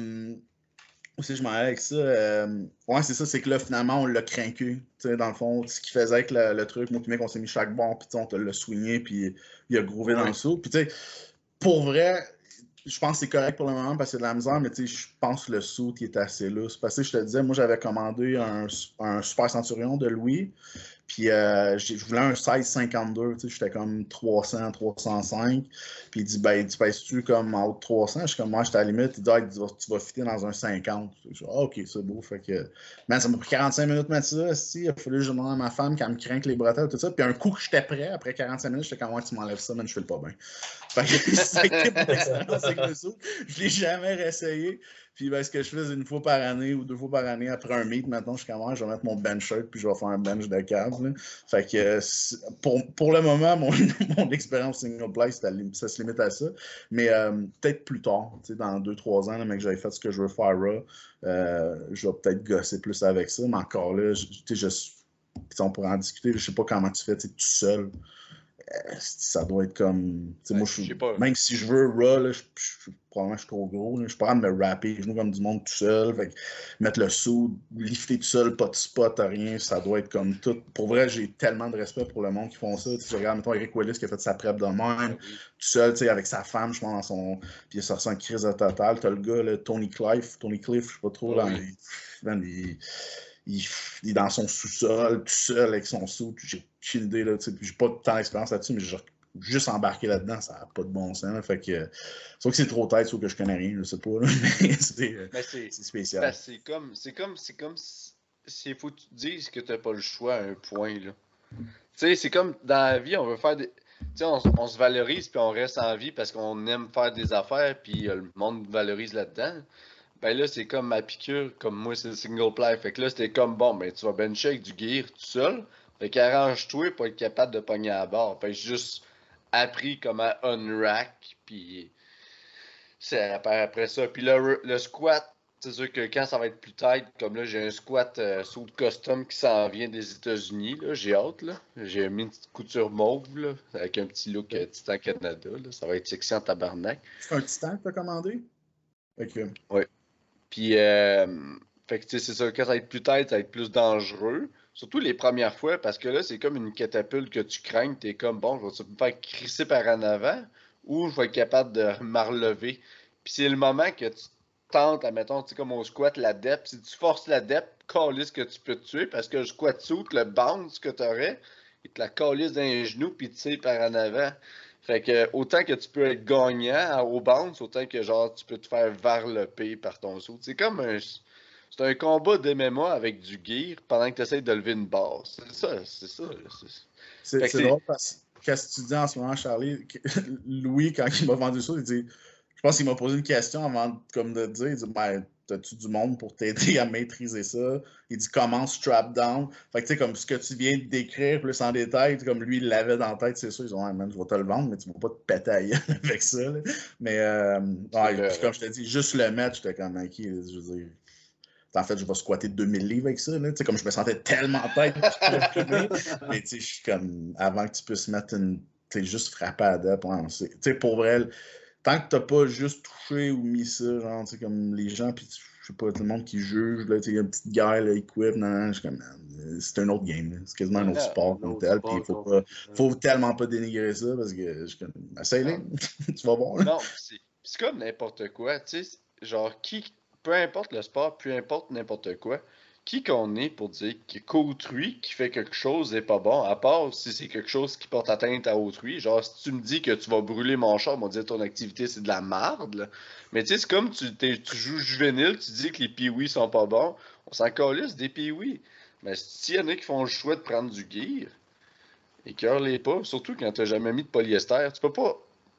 S3: aussi, je m'en allais avec ça. Ouais, c'est ça, c'est que là, finalement, on l'a craqué. Tu sais, dans le fond, ce qui faisait avec le truc, moi puis Mick, on s'est mis chaque bon, puis tu sais, on te l'a swingé, puis il a groové dans
S1: Oui.
S3: le saut. Puis, tu sais, pour vrai, je pense que c'est correct pour le moment parce que c'est de la misère, mais tu sais, je pense que le saut qui est assez lousse. Parce que je te disais, moi, j'avais commandé un Super Centurion de Louis. Puis je voulais un 16,52, tu sais, j'étais comme 300, 305. Puis il dit, ben, tu pèses-tu comme en haut de 300? Je suis comme, moi, j'étais à la limite. Il dit, ah, tu vas fitter dans un 50. Je dis, ah, ok, c'est beau. Fait que, man, ça m'a pris 45 minutes de mettre ça. Si, il a fallu que je demande à ma femme qu'elle me craque les bretelles, tout ça. Puis un coup que j'étais prêt, après 45 minutes, j'étais comme, ouais, tu m'enlèves ça, man, je fais le pas bien. Fait que ça a été mon expérience avec le saut. Je l'ai jamais réessayé. Puis ben, ce que je fais une fois par année ou deux fois par année après un meet, maintenant je commence, je vais mettre mon bench shirt puis je vais faire un bench de cave. Là. Fait que pour le moment, mon expérience single play, ça se limite à ça. Mais peut-être plus tard, dans 2-3 ans, là, mais que j'avais fait ce que je veux faire là, je vais peut-être gosser plus avec ça. Mais encore là, on pourrait en discuter, je sais pas comment tu fais tout seul. Ça doit être comme. Moi,
S1: Je sais pas.
S3: même si je veux Raw, là, probablement je suis trop gros. Là, je suis pas capable de me rapper les genoux comme du monde tout seul. Fait que mettre le sou, lifter tout seul, pas de spot, rien, ça doit être comme tout. Pour vrai, j'ai tellement de respect pour le monde qui font ça. Tu regardes, mettons, Eric Willis qui a fait sa prep de même, tout seul, avec sa femme, je pense, dans son. Puis il a sorti une crise de total. T'as le gars, là, Tony Cliff, je sais pas trop, là, il est dans son sous-sol, tout seul avec son sou. J'ai aucune idée, là, j'ai pas tant d'expérience là-dessus, mais j'ai juste embarqué là-dedans, ça n'a pas de bon sens. Là, fait que, soit que c'est trop tête, soit que je connais rien, je sais pas. Là, mais c'est spécial.
S1: Ben, c'est comme s'il faut que tu te dises que t'as pas le choix à un point, là. Tu sais, c'est comme dans la vie, on veut faire des. Tu sais, on se valorise puis on reste en vie parce qu'on aime faire des affaires puis le monde nous valorise là-dedans. Ben là, c'est comme ma piqûre, comme moi, c'est le single play. Fait que là, c'était comme bon, ben tu vas bencher avec du gear tout seul. Fait qu'arrange-toi pour être capable de pogner à la barre. Fait que j'ai juste appris comment unrack, puis c'est après ça. Puis le squat, c'est sûr que quand ça va être plus tight, comme là, j'ai un squat sous de custom qui s'en vient des États-Unis, là, j'ai hâte, là. J'ai mis une petite couture mauve, là, avec un petit look Titan Canada, là. Ça va être sexy en tabarnak.
S3: C'est un Titan que t'as commandé? Ok.
S1: Ouais. Puis, fait que tu sais, c'est ça, quand ça va être plus tête, ça va être plus dangereux. Surtout les premières fois, parce que là, c'est comme une catapulte que tu craignes. T'es comme, bon, je vais me faire crisser par en avant ou je vais être capable de me relever. Puis c'est le moment que tu tentes, admettons, tu sais, comme au squat, la dep. Si tu forces la dep, calisse que tu peux te tuer parce que le squat suit, le bounce que tu aurais, il te la calisse d'un genou puis tu sais par en avant. Fait que autant que tu peux être gagnant au bounce, autant que genre tu peux te faire varloper par ton saut. C'est comme c'est un combat d'MMA avec du gear pendant que tu essaies de lever une barre. C'est ça, c'est ça.
S3: C'est drôle parce que qu'est-ce que tu dis en ce moment, Charlie? Louis, quand il m'a vendu ça, il dit. Je pense qu'il m'a posé une question avant comme de dire, il dit, ben, t'as-tu du monde pour t'aider à maîtriser ça? Il dit, comment strap down? Fait que, tu sais, comme ce que tu viens de décrire plus en détail, comme lui, il l'avait dans la tête, c'est sûr. Ils ont, ouais, man, je vais te le vendre, mais tu vas pas te péter à gueule avec ça, là. Mais, ouais, puis comme je te dis, juste le mettre, j'étais comme, ok, je veux dire, en fait, je vais squatter 2000 livres avec ça, là. Tu sais, comme je me sentais tellement tête, mais tu sais, je suis comme, avant que tu puisses mettre une, tu sais, juste frapper à dep, tu sais, pour vrai, tant que t'as pas juste touché ou mis ça, genre, tu sais, comme les gens, puis je sais pas, tout le monde qui juge, là, tu sais, il y a une petite guerre, là, equip, je suis comme, man, c'est un autre game, là. C'est quasiment un autre
S1: Ah,
S3: sport
S2: Un
S3: comme
S2: autre
S3: tel, puis
S2: sport
S3: faut tellement pas dénigrer ça, parce que je suis comme, essaye-le,
S1: non.
S3: tu vas voir, là.
S1: Non, c'est comme n'importe quoi, tu sais, genre peu importe le sport, peu importe n'importe quoi, qui qu'on est pour dire qu'autrui qui fait quelque chose n'est pas bon, à part si c'est quelque chose qui porte atteinte à autrui, genre si tu me dis que tu vas brûler mon char, on va dire ton activité c'est de la marde, là. Mais tu sais, c'est comme tu joues juvénile, tu dis que les pee sont pas bons, on s'en calisse des pee. Mais s'il y en a qui font le choix de prendre du gear, écœure-les pas, surtout quand t'as jamais mis de polyester, tu peux pas.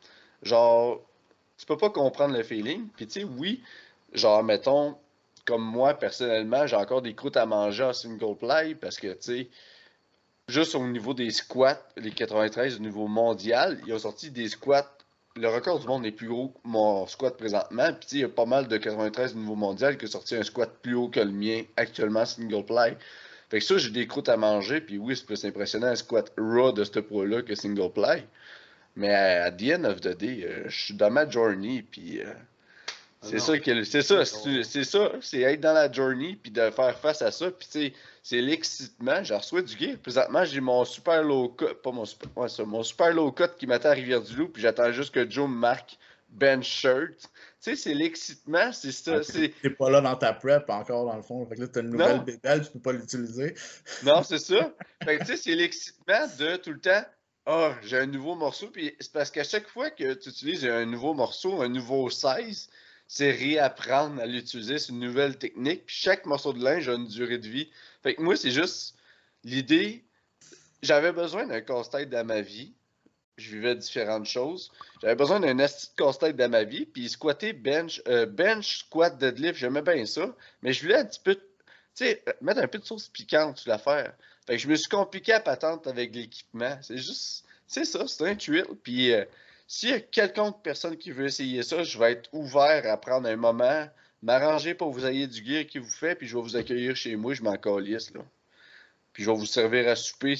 S1: Genre, tu peux pas comprendre le feeling. Puis tu sais, oui, genre, mettons, comme moi, personnellement, j'ai encore des croûtes à manger en single play parce que, tu sais, juste au niveau des squats, les 93 au niveau mondial, ils ont sorti des squats. Le record du monde est plus haut que mon squat présentement. Puis tu sais, il y a pas mal de 93 au niveau mondial qui ont sorti un squat plus haut que le mien actuellement single play. Fait que ça, j'ai des croûtes à manger. Puis oui, c'est plus impressionnant un squat raw de ce pro-là que single play. Mais à the end of the day, je suis dans ma journey, puis
S2: Ah
S1: c'est
S2: non,
S1: ça, c'est ça, c'est être dans la journey, puis de faire face à ça, puis tu sais, c'est l'excitement. Je reçois du gear. Présentement, j'ai mon super low cut, pas mon super, ouais, ça, mon super low cut qui m'attend à Rivière-du-Loup, puis j'attends juste que Joe me marque bench shirt. Tu sais, c'est l'excitement, c'est
S3: Ah,
S1: ça, c'est.
S3: t'es pas là dans ta prep encore, dans le fond, fait que là, t'as une nouvelle
S1: Non,
S3: bébelle, tu peux pas l'utiliser.
S1: non, c'est ça. Fait que tu sais, c'est l'excitement de tout le temps. Ah, j'ai un nouveau morceau. Puis c'est parce qu'à chaque fois que tu utilises un nouveau morceau, un nouveau 16, c'est réapprendre à l'utiliser. C'est une nouvelle technique. Puis chaque morceau de linge a une durée de vie. Fait que moi, c'est juste l'idée. J'avais besoin d'un casse-tête dans ma vie. Je vivais différentes choses. J'avais besoin d'un asti de casse-tête dans ma vie. Puis squatter bench, squat, deadlift, j'aimais bien ça. Mais je voulais un petit peu, tu sais, mettre un peu de sauce piquante sur l'affaire. Fait que je me suis compliqué à patente avec l'équipement. C'est juste, c'est ça, c'est un tuile. Puis s'il y a quelconque personne qui veut essayer ça, je vais être ouvert à prendre un moment, m'arranger pour que vous ayez du gear qui vous fait, puis je vais vous accueillir chez moi, je m'en calisse, là. Puis je vais vous servir à souper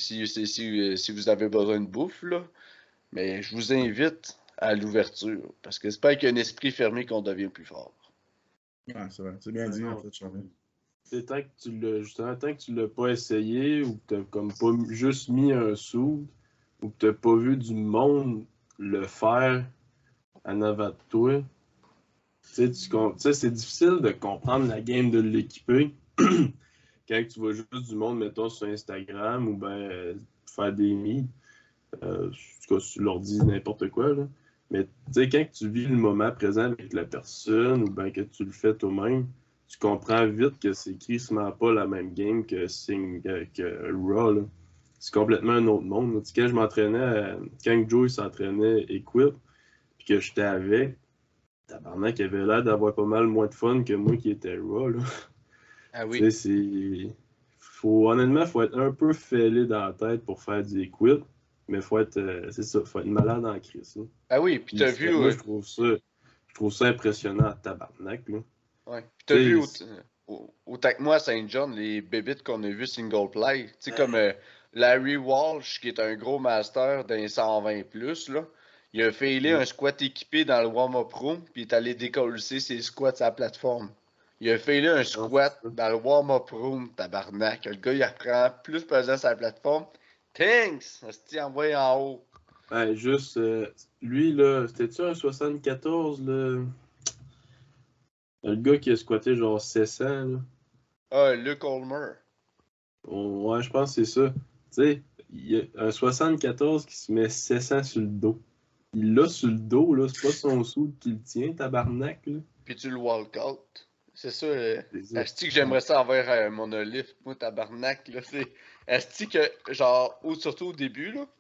S1: si vous avez besoin de bouffe, là. Mais je vous invite à l'ouverture, parce que c'est pas avec un esprit fermé qu'on devient plus fort.
S3: Ouais, c'est vrai, c'est bien
S2: Ah
S3: dit, en
S2: non.
S3: fait, Charles.
S2: C'est tant que tu l'as, justement, tant que tu l'as pas essayé ou que t'as comme pas juste mis un sou ou que t'as pas vu du monde le faire en avant de toi, tu sais, c'est difficile de comprendre la game de l'équiper quand tu vois juste du monde, mettons, sur Instagram ou ben faire des meets, en tout cas, tu leur dis n'importe quoi, là. Mais tu sais, quand tu vis le moment présent avec la personne ou ben que tu le fais toi-même, tu comprends vite que c'est crissement pas la même game que Raw, là. C'est complètement un autre monde, là. Tu sais, quand je m'entraînais, quand Joey s'entraînait Equip, puis que j'étais avec, tabarnak, il avait l'air d'avoir pas mal moins de fun que moi qui étais Raw, là.
S1: Ah
S2: Tu sais,
S1: oui.
S2: c'est. Honnêtement, faut être un peu fêlé dans la tête pour faire du Equip, mais faut être. C'est ça, faut être malade en crise, là.
S1: Ah oui, puis
S2: Puis
S1: t'as vu,
S2: moi, je trouve ça impressionnant à tabarnak, là.
S1: ouais. Puis t'as vu
S2: Tu sais,
S1: autant que moi à Saint-John, les bébites qu'on a vu single play. Tu sais, comme Larry Walsh, qui est un gros master d'un 120 plus, là. Il a failé un squat équipé dans le warm-up room, puis il est allé décoller ses squats à la plateforme. Il a failé un
S2: non, c'est
S1: squat
S2: ça.
S1: dans le warm-up room, tabarnak. Le gars, il reprend plus pesant sur la plateforme. Thanks! Asti, envoyé en haut.
S2: Ben, juste, lui, là, c'était-tu un 74, là? Le gars qui a squatté genre 700, là?
S1: Ah, Luke Holmer.
S2: Ouais, je pense que c'est ça. Tu sais, il y a un 74 qui se met 700 sur le dos. Il l'a sur le dos, là, c'est pas son sou qui le tient, tabarnak, là.
S1: Puis tu le walk-out. C'est ça.
S2: C'est ça.
S1: Asti que j'aimerais ça envers Monolith, moi, tabarnak, là. C'est. Asti que, genre, surtout au début, là,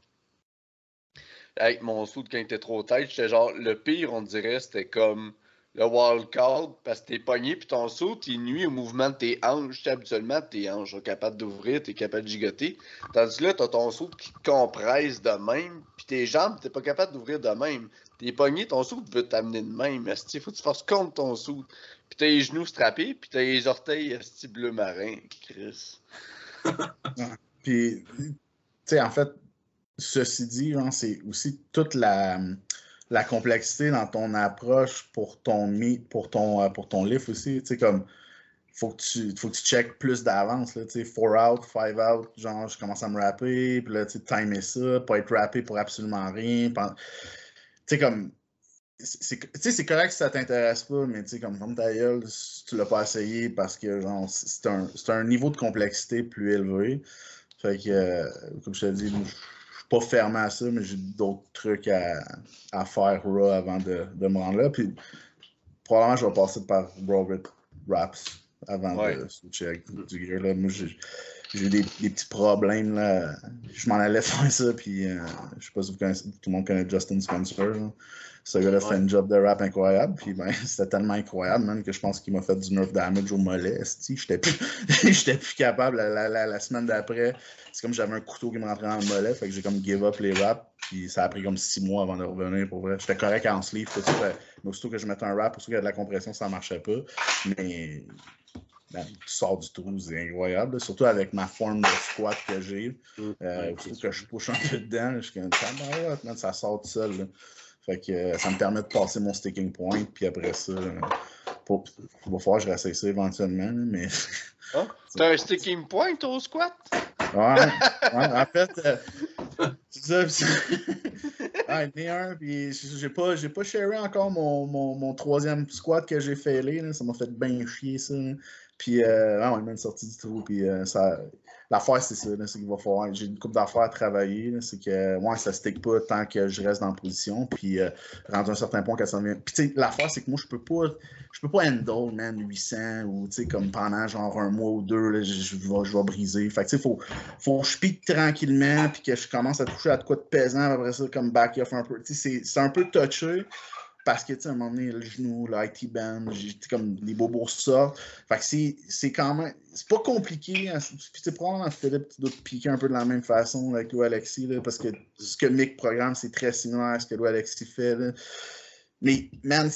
S1: avec mon saut quand il était trop tête, j'étais genre, le pire, on dirait, c'était comme le walk-out, parce que t'es pogné, puis ton saut, il nuit au mouvement de tes hanches. Tu sais, habituellement, tes hanches sont capables d'ouvrir, t'es capable de gigoter. Tandis que là, t'as ton saut qui te compresse de même, puis tes jambes, t'es pas capable d'ouvrir de même. T'es pogné, ton saut veut t'amener de même. Asti, faut que tu fasses contre ton saut. Puis t'as les genoux strappés, puis t'as les orteils, asti, bleu marin, Chris.
S3: Ouais. Puis, tu sais, en fait, ceci dit, genre, c'est aussi toute la la complexité dans ton approche pour ton lift aussi. Tu sais, comme, faut que tu checkes plus d'avance. Tu sais, 4 out, 5 out, genre, je commence à me rapper, puis là, tu sais, timer ça, pas être rappé pour absolument rien. Tu sais, comme, c'est correct si ça t'intéresse pas, mais tu sais, comme ta gueule, si tu l'as pas essayé parce que, genre, c'est un niveau de complexité plus élevé. Fait que, comme je te dis, je suis pas fermé à ça, mais j'ai d'autres trucs à faire raw avant de me rendre là. Puis probablement, je vais passer par Robert Raps avant de switcher avec du gear. Là. Moi, j'ai eu des petits problèmes. Là. Je m'en allais faire ça, puis je sais pas si vous connaissez, tout le monde connaît Justin Spencer. Là. Ce gars-là fait un job de rap incroyable, puis ben, c'était tellement incroyable, man, que je pense qu'il m'a fait du nerf damage au mollet. J'étais plus capable la semaine d'après. C'est comme j'avais un couteau qui me rentrait dans le mollet, fait que j'ai comme give up les raps, puis ça a pris comme 6 mois avant de revenir, pour vrai. J'étais correct en sleeve, tout ça, mais aussitôt que je mettais un rap, aussitôt qu'il y a de la compression, ça marchait pas. Mais ben, tu sors du trou, c'est incroyable, là. Surtout avec ma forme de squat que j'ai. Surtout que je push un peu dedans, je suis comme ça sort tout seul. Là. Fait que ça me permet de passer mon sticking point, puis après ça, il va falloir que je réessaye ça éventuellement, mais...
S1: Hein? T'as un sticking point au squat?
S3: Ouais, en fait, c'est ça. Il y en a un, puis j'ai pas sharé encore mon troisième squat que j'ai failé, là. Ça m'a fait bien chier, ça. Là. Puis, il m'a sorti du trou, puis l'affaire, c'est ça, c'est qu'il va falloir, j'ai une couple d'affaires à travailler, c'est que, ça stick pas tant que je reste dans la position, puis, rendu à un certain point, quand ça vient. Puis, tu sais, l'affaire, c'est que moi, je peux pas handle, man, 800, ou, tu sais, comme pendant, genre, un mois ou deux, là, je vais briser. Fait que, tu sais, faut que je pique tranquillement, puis que je commence à toucher à de quoi de pesant, après ça, comme back off un peu. Tu sais, c'est un peu touché. Parce que, tu sais, à un moment donné, le genou, l'IT band, comme les bobos sortent. Fait que c'est quand même... C'est pas compliqué. Hein. Puis, tu probablement, Philippe, tu dois te piquer un peu de la même façon avec Louis Alexis, là, parce que ce que Mick programme, c'est très similaire à ce que Louis Alexis fait. Là. Mais, man,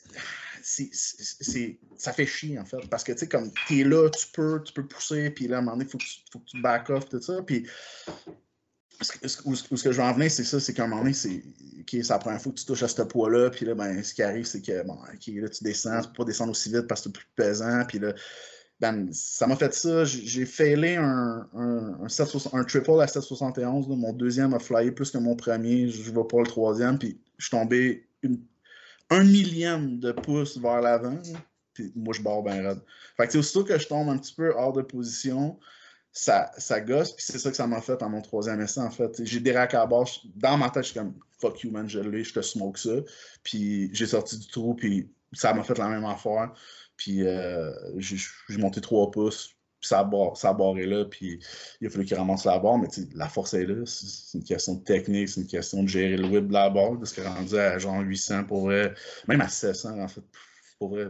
S3: ça fait chier, en fait. Parce que, tu sais, comme, t'es là, tu peux pousser, puis là, à un moment donné, il faut que tu back off, tout ça. Puis... Où ce que je veux en venir, c'est ça, c'est qu'à un moment donné, c'est la première fois que tu touches à ce poids-là, puis là, ben, ce qui arrive, c'est que, bon, là, tu descends, tu peux pas descendre aussi vite parce que c'est plus pesant, puis là, ben, ça m'a fait ça. J'ai failé un triple à 771, là. Mon deuxième a flyé plus que mon premier, je vais pour le troisième, puis je suis tombé un millième de pouce vers l'avant, puis moi, je barre bien raide. Fait que, aussitôt que je tombe un petit peu hors de position, ça gosse, puis c'est ça que ça m'a fait en mon troisième essai, en fait. J'ai des racks à barre, dans ma tête, je suis comme « fuck you, man, je l'ai, je te smoke ça », puis j'ai sorti du trou, puis ça m'a fait la même affaire, puis j'ai monté 3 pouces, puis ça a barré là, puis il a fallu qu'il ramasse la barre, mais la force est là, c'est une question de technique, c'est une question de gérer le whip de la barre, parce que rendu à genre 800, pour vrai, même à 700, en fait, pour vrai,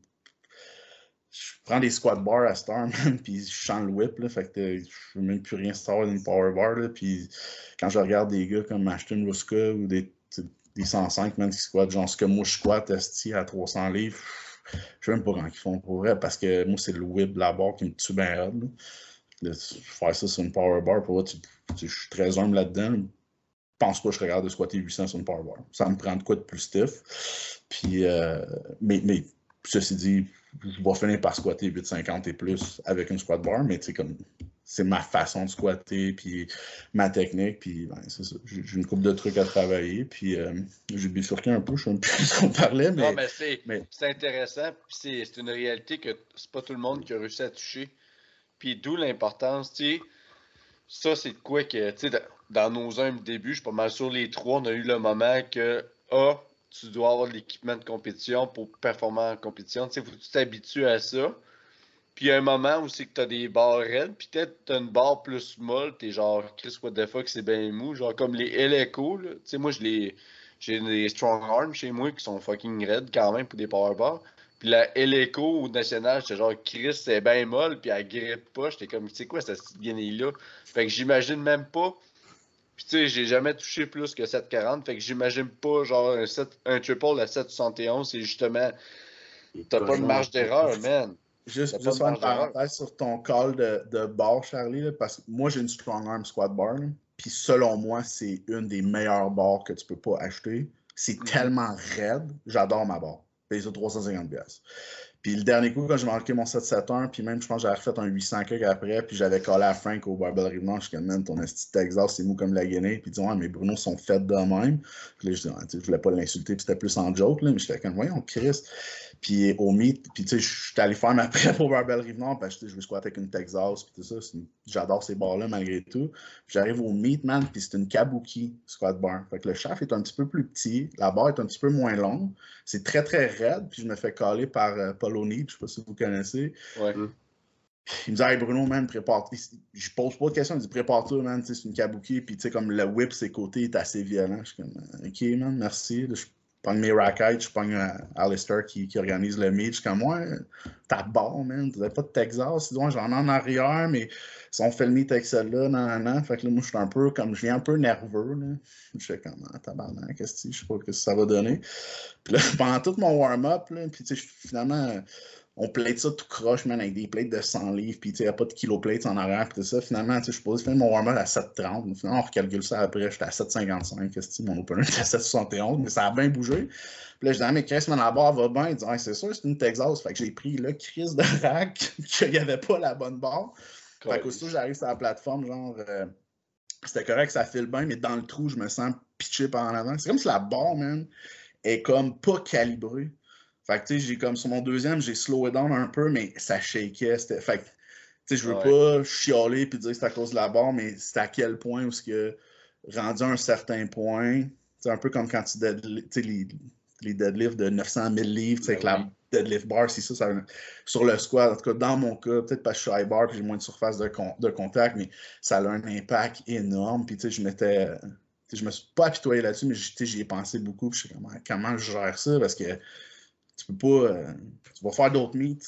S3: je prends des squat bars à Star, man, puis je chante le whip, là, fait que je veux même plus rien savoir d'une power bar, là, puis quand je regarde des gars comme Ashton Ruska ou des 105, man, qui squattent, genre ce que moi je squatte, à 300 livres, je sais même pas comment ils font pour vrai, parce que moi, c'est le whip de la barre qui me tue bien raide, là. Faire ça sur une power bar, pour vrai, je suis très humble là-dedans, je pense pas que je regarde de squatter 800 sur une power bar. Ça me prend de quoi de plus stiff, puis, mais ceci dit, je vais finir par squatter 850 et plus avec une squat bar, mais tu sais, comme c'est ma façon de squatter, puis ma technique, puis ben, c'est ça. J'ai une couple de trucs à travailler, puis j'ai bifurqué un peu, je sais même plus ce qu'on parlait, mais...
S1: Non, mais c'est intéressant, puis c'est une réalité que c'est pas tout le monde qui a réussi à toucher. Puis d'où l'importance, tu sais, ça c'est de quoi que, tu sais, dans nos humbles débuts, je suis pas mal sûr, les trois, on a eu le moment que, tu dois avoir de l'équipement de compétition pour performer en compétition. Tu sais, faut que tu t'habitues à ça. Puis il y a un moment où c'est que t'as des barres raides, puis peut-être t'as une barre plus molle, t'es genre, Chris, what the fuck, c'est bien mou. Genre comme les Eleco, là. Tu sais, moi, j'ai des strong arms chez moi qui sont fucking raides quand même pour des power bars. Puis la Eleco au national, j'étais genre, Chris, c'est bien molle, puis elle grippe pas. J'étais comme, tu sais quoi, cette petite guenille-là? Fait que j'imagine même pas. Puis tu sais, j'ai jamais touché plus que 740. Fait que j'imagine pas genre un triple à 771. C'est justement. T'as pas de marge d'erreur, man.
S3: Juste faire une parenthèse sur ton call de bar, Charlie, là, parce que moi j'ai une strong arm squat bar. Puis selon moi, c'est une des meilleures barres que tu peux pas acheter. c'est tellement raide, j'adore ma barre. Paye ça 350$. Puis le dernier coup, quand j'ai marqué mon 771, puis même, je pense que j'avais refait un 800 kg après, puis j'avais collé à Frank au Barbell Rive-Nord, je suis comme, man, ton esti de Texas, c'est mou comme la Guinée. Puis il dit, ouais, mes Bruno sont faits de même. Puis là, je dis, je voulais pas l'insulter, puis c'était plus en joke, là, mais j'étais comme, voyons, Chris. Puis au meet, puis tu sais, je suis allé faire ma prep au Barbell Rive-Nord, parce que je veux squatter avec une Texas, puis tout ça. J'adore ces bars-là malgré tout. Puis j'arrive au meet, man, puis c'est une Kabuki squat bar. Fait que le shaft est un petit peu plus petit, la barre est un petit peu moins longue. C'est très, très raide, puis je me fais caler par Paul O'Neill, je sais pas si vous connaissez.
S1: Ouais.
S3: Il me dit, hey Bruno, man, prépare. Je pose pas de questions, il dit, prépare-toi, man, c'est une kabuki. Puis, tu sais, comme le whip, ses côtés est assez violent. Je suis comme, ok, man, merci. Là, je pogne mes rackets, je pogne Alistair qui organise le meet. Je suis comme, ouais, t'as barre, man, t'as pas de Texas. Il dit, ouais, j'en ai en arrière, mais si on fait le meet avec celle-là, nan. Fait que là, moi, je suis un peu comme, je viens un peu nerveux, là. Je fais comme, tabarnak, qu'est-ce que je sais pas ce que ça va donner. Puis là, pendant tout mon warm-up, là, puis tu sais, finalement, on plate ça tout croche, man, avec des plates de 100 livres, puis tu sais, il n'y a pas de kiloplates en arrière, puis tout ça. Finalement, tu sais, je suis posé faire mon warm-up à 7,30. Finalement, on recalcule ça après, j'étais à 7,55. Qu'est-ce que mon opener était à 7,71, mais ça a bien bougé. Puis là, je dis, ah, mais Chris, man, la barre va bien. Il dit, ah, c'est sûr, c'est une Texas. Fait que j'ai pris le Chris de rack, qu'il n'y avait pas la bonne barre. Fait qu'aussitôt, j'arrive sur la plateforme, genre, c'était correct, ça file bien, mais dans le trou, je me sens pitché par en avant. C'est comme si la barre, man, est comme pas calibrée. Fait que, tu sais, j'ai comme sur mon deuxième, j'ai slowé down un peu, mais ça shakeait. Fait que, tu sais, je veux pas chialer puis dire que c'est à cause de la barre, mais c'est à quel point où ce que, rendu à un certain point, c'est un peu comme quand tu deadlift, tu sais, les deadlifts de 900 000 livres, tu sais, avec la deadlift bar, c'est ça, sur le squat, en tout cas, dans mon cas, peut-être parce que je suis high bar puis j'ai moins de surface de contact, mais ça a un impact énorme. Puis, tu sais, je me suis pas apitoyé là-dessus, mais j'y ai pensé beaucoup. Puis je sais comment je gère ça, parce que tu peux pas. Tu vas faire d'autres meets.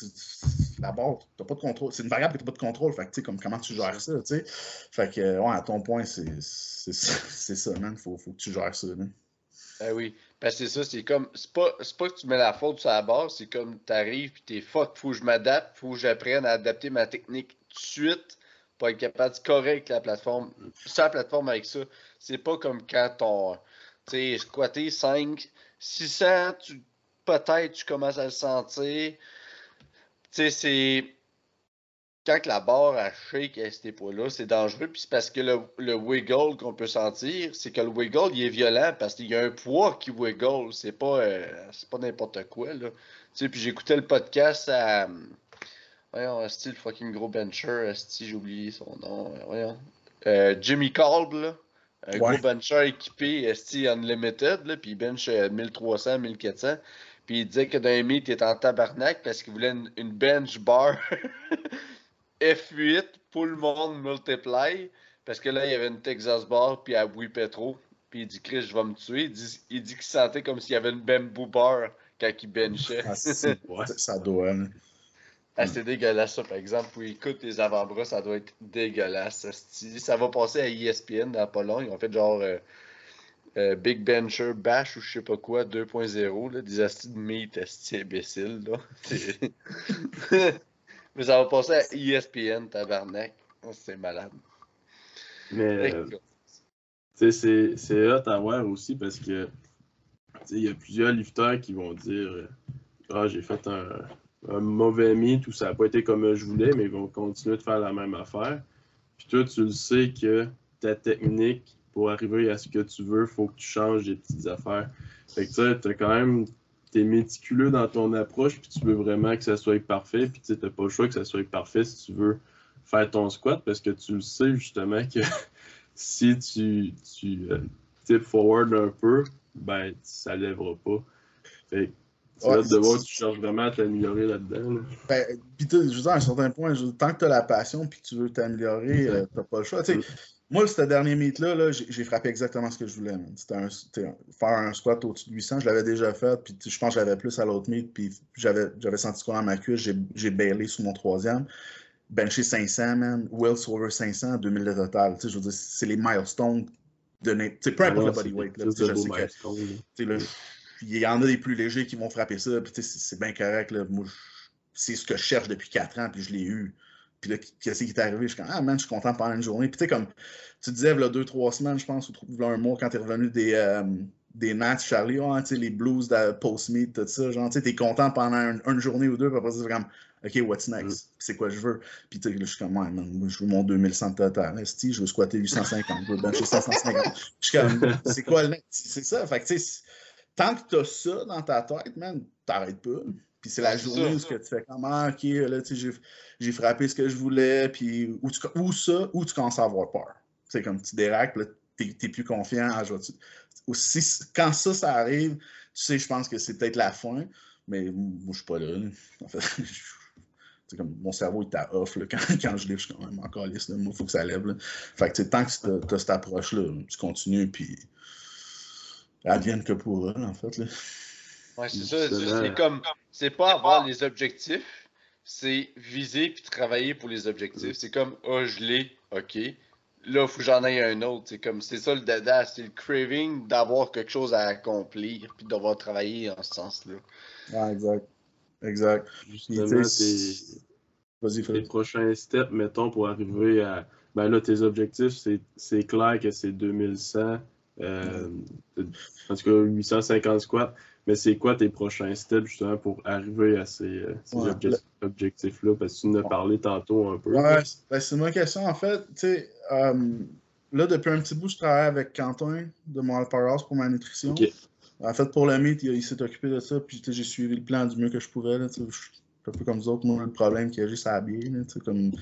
S3: La barre, tu n'as pas de contrôle. C'est une variable que tu n'as pas de contrôle. Fait que, tu sais, comme comment tu gères ça, tu sais. Fait que, ouais, à ton point, c'est ça, man. Faut que tu gères ça, là.
S1: Ben oui. Parce que c'est ça, c'est comme. C'est pas que tu mets la faute sur la barre, c'est comme t'arrives pis t'es fuck, faut que je m'adapte, faut que j'apprenne à adapter ma technique tout de suite pour être capable de correct la plateforme. Sur la plateforme avec ça. C'est pas comme quand ton. Tu sais, squatter 5, 600, peut-être tu commences à le sentir. Tu sais, c'est. Quand la barre a shake à cet épaule-là, c'est dangereux. Puis c'est parce que le wiggle qu'on peut sentir, c'est que le wiggle, il est violent parce qu'il y a un poids qui wiggle. C'est pas n'importe quoi, là. Tu sais, puis j'écoutais le podcast à. Voyons, le fucking gros bencher, j'ai oublié son nom. Voyons. Jimmy Kolb, là. Un gros bencher équipé, Unlimited, là, puis il bench 1300, 1400. Puis il disait que dans les meets, il était en tabarnak parce qu'il voulait une bench bar F8 pour le monde multiply. Parce que là, il y avait une Texas bar, puis à Bouy Petro. Puis il dit, Chris, je vais me tuer. Il dit qu'il sentait comme s'il y avait une bamboo bar quand il benchait.
S3: Ah, ça doit, hein.
S1: Ah, c'est dégueulasse, ça, par exemple. Pour écouter les avant-bras, ça doit être dégueulasse. Ça va passer à ESPN dans pas long. Ils ont fait genre Big Bencher Bash ou je sais pas quoi, 2.0, là, des astis de meat, astis imbéciles, là. Mais ça va passer à ESPN, tabarnak. C'est malade.
S2: Mais, tu sais, c'est hot à voir aussi parce que, tu sais, il y a plusieurs lifters qui vont dire j'ai fait un mauvais meet ou ça n'a pas été comme je voulais, mais ils vont continuer de faire la même affaire. Puis toi, tu le sais que ta technique, pour arriver à ce que tu veux, il faut que tu changes des petites affaires. Fait que tu t'es méticuleux dans ton approche, puis tu veux vraiment que ça soit parfait, puis tu n'as pas le choix que ça soit parfait si tu veux faire ton squat, parce que tu le sais justement que si tu tip forward un peu, ben ça lèvera pas. Fait que c'est hâte de voir que tu cherches vraiment à t'améliorer là-dedans. Là.
S3: Ben, puis je veux dire, à un certain point, tant que tu as la passion puis que tu veux t'améliorer, tu n'as pas le choix. Moi, ce dernier meet-là, j'ai frappé exactement ce que je voulais. C'était faire un squat au-dessus de 800. Je l'avais déjà fait, puis je pense que j'avais plus à l'autre meet, puis j'avais senti quoi dans ma cuisse. J'ai bailé sur mon troisième. Benché 500, man. Wells over 500, 2000 de total. Je veux dire, c'est les milestones de peu importe le bodyweight. Je sais que il y en a des plus légers qui vont frapper ça, puis c'est bien correct. Là. Moi, c'est ce que je cherche depuis 4 ans, puis je l'ai eu. Puis là, qu'est-ce qui est arrivé? Je suis comme, ah man, je suis content pendant une journée. Puis tu sais, comme tu disais, il y a 2-3 semaines, je pense, ou il y a un mois, quand tu es revenu des matchs, Charlie, tu sais, les blues de post-meet, tout ça, genre, tu sais, t'es content pendant une journée ou deux, puis après, c'est comme, OK, what's next? C'est quoi je veux? Puis, tu sais, là, je suis comme, ouais, man, moi, je veux mon 2100 total. Esti, je veux squatter 850, je veux bencher 550. Je suis comme, c'est quoi le next? C'est ça. Fait que, tu sais, tant que t'as ça dans ta tête, man, t'arrêtes pas. Puis c'est la journée où tu fais comme, OK, là, tu sais, j'ai frappé ce que je voulais, puis où tu commences à avoir peur. C'est comme, tu déraques, puis là, t'es plus confiant. Quand ça arrive, tu sais, je pense que c'est peut-être la fin, mais moi, je suis pas là. En fait, c'est comme mon cerveau est à off là, quand je lève, je suis quand même encore lisse. Moi, il faut que ça lève. Là. Fait que tant que tu as cette approche-là, tu continues, puis advienne que pourra, en fait. Là.
S1: Ouais, c'est ça. C'est comme, c'est pas avoir les objectifs, c'est viser puis travailler pour les objectifs. C'est comme, je l'ai, OK. Là, il faut que j'en aie un autre. C'est comme, c'est ça le dada, c'est le craving d'avoir quelque chose à accomplir puis de devoir travailler en ce sens-là.
S3: Ouais, exact. Exact.
S2: Justement, tes prochains steps, mettons, pour arriver à. Ben là, tes objectifs, c'est clair que c'est 2100. En tout cas, 850 squats. Mais c'est quoi tes prochains steps, justement, pour arriver à ces objectifs-là? Parce que tu en as parlé tantôt un peu.
S3: Ouais, c'est ma question. En fait, tu sais, là, depuis un petit bout, je travaille avec Quentin de Montréal Powerhouse pour ma nutrition.
S2: Okay.
S3: En fait, pour le meet, il s'est occupé de ça, puis j'ai suivi le plan du mieux que je pouvais. Là, je suis un peu comme vous autres. Moi, le problème qu'il y a juste à habiller. Comme...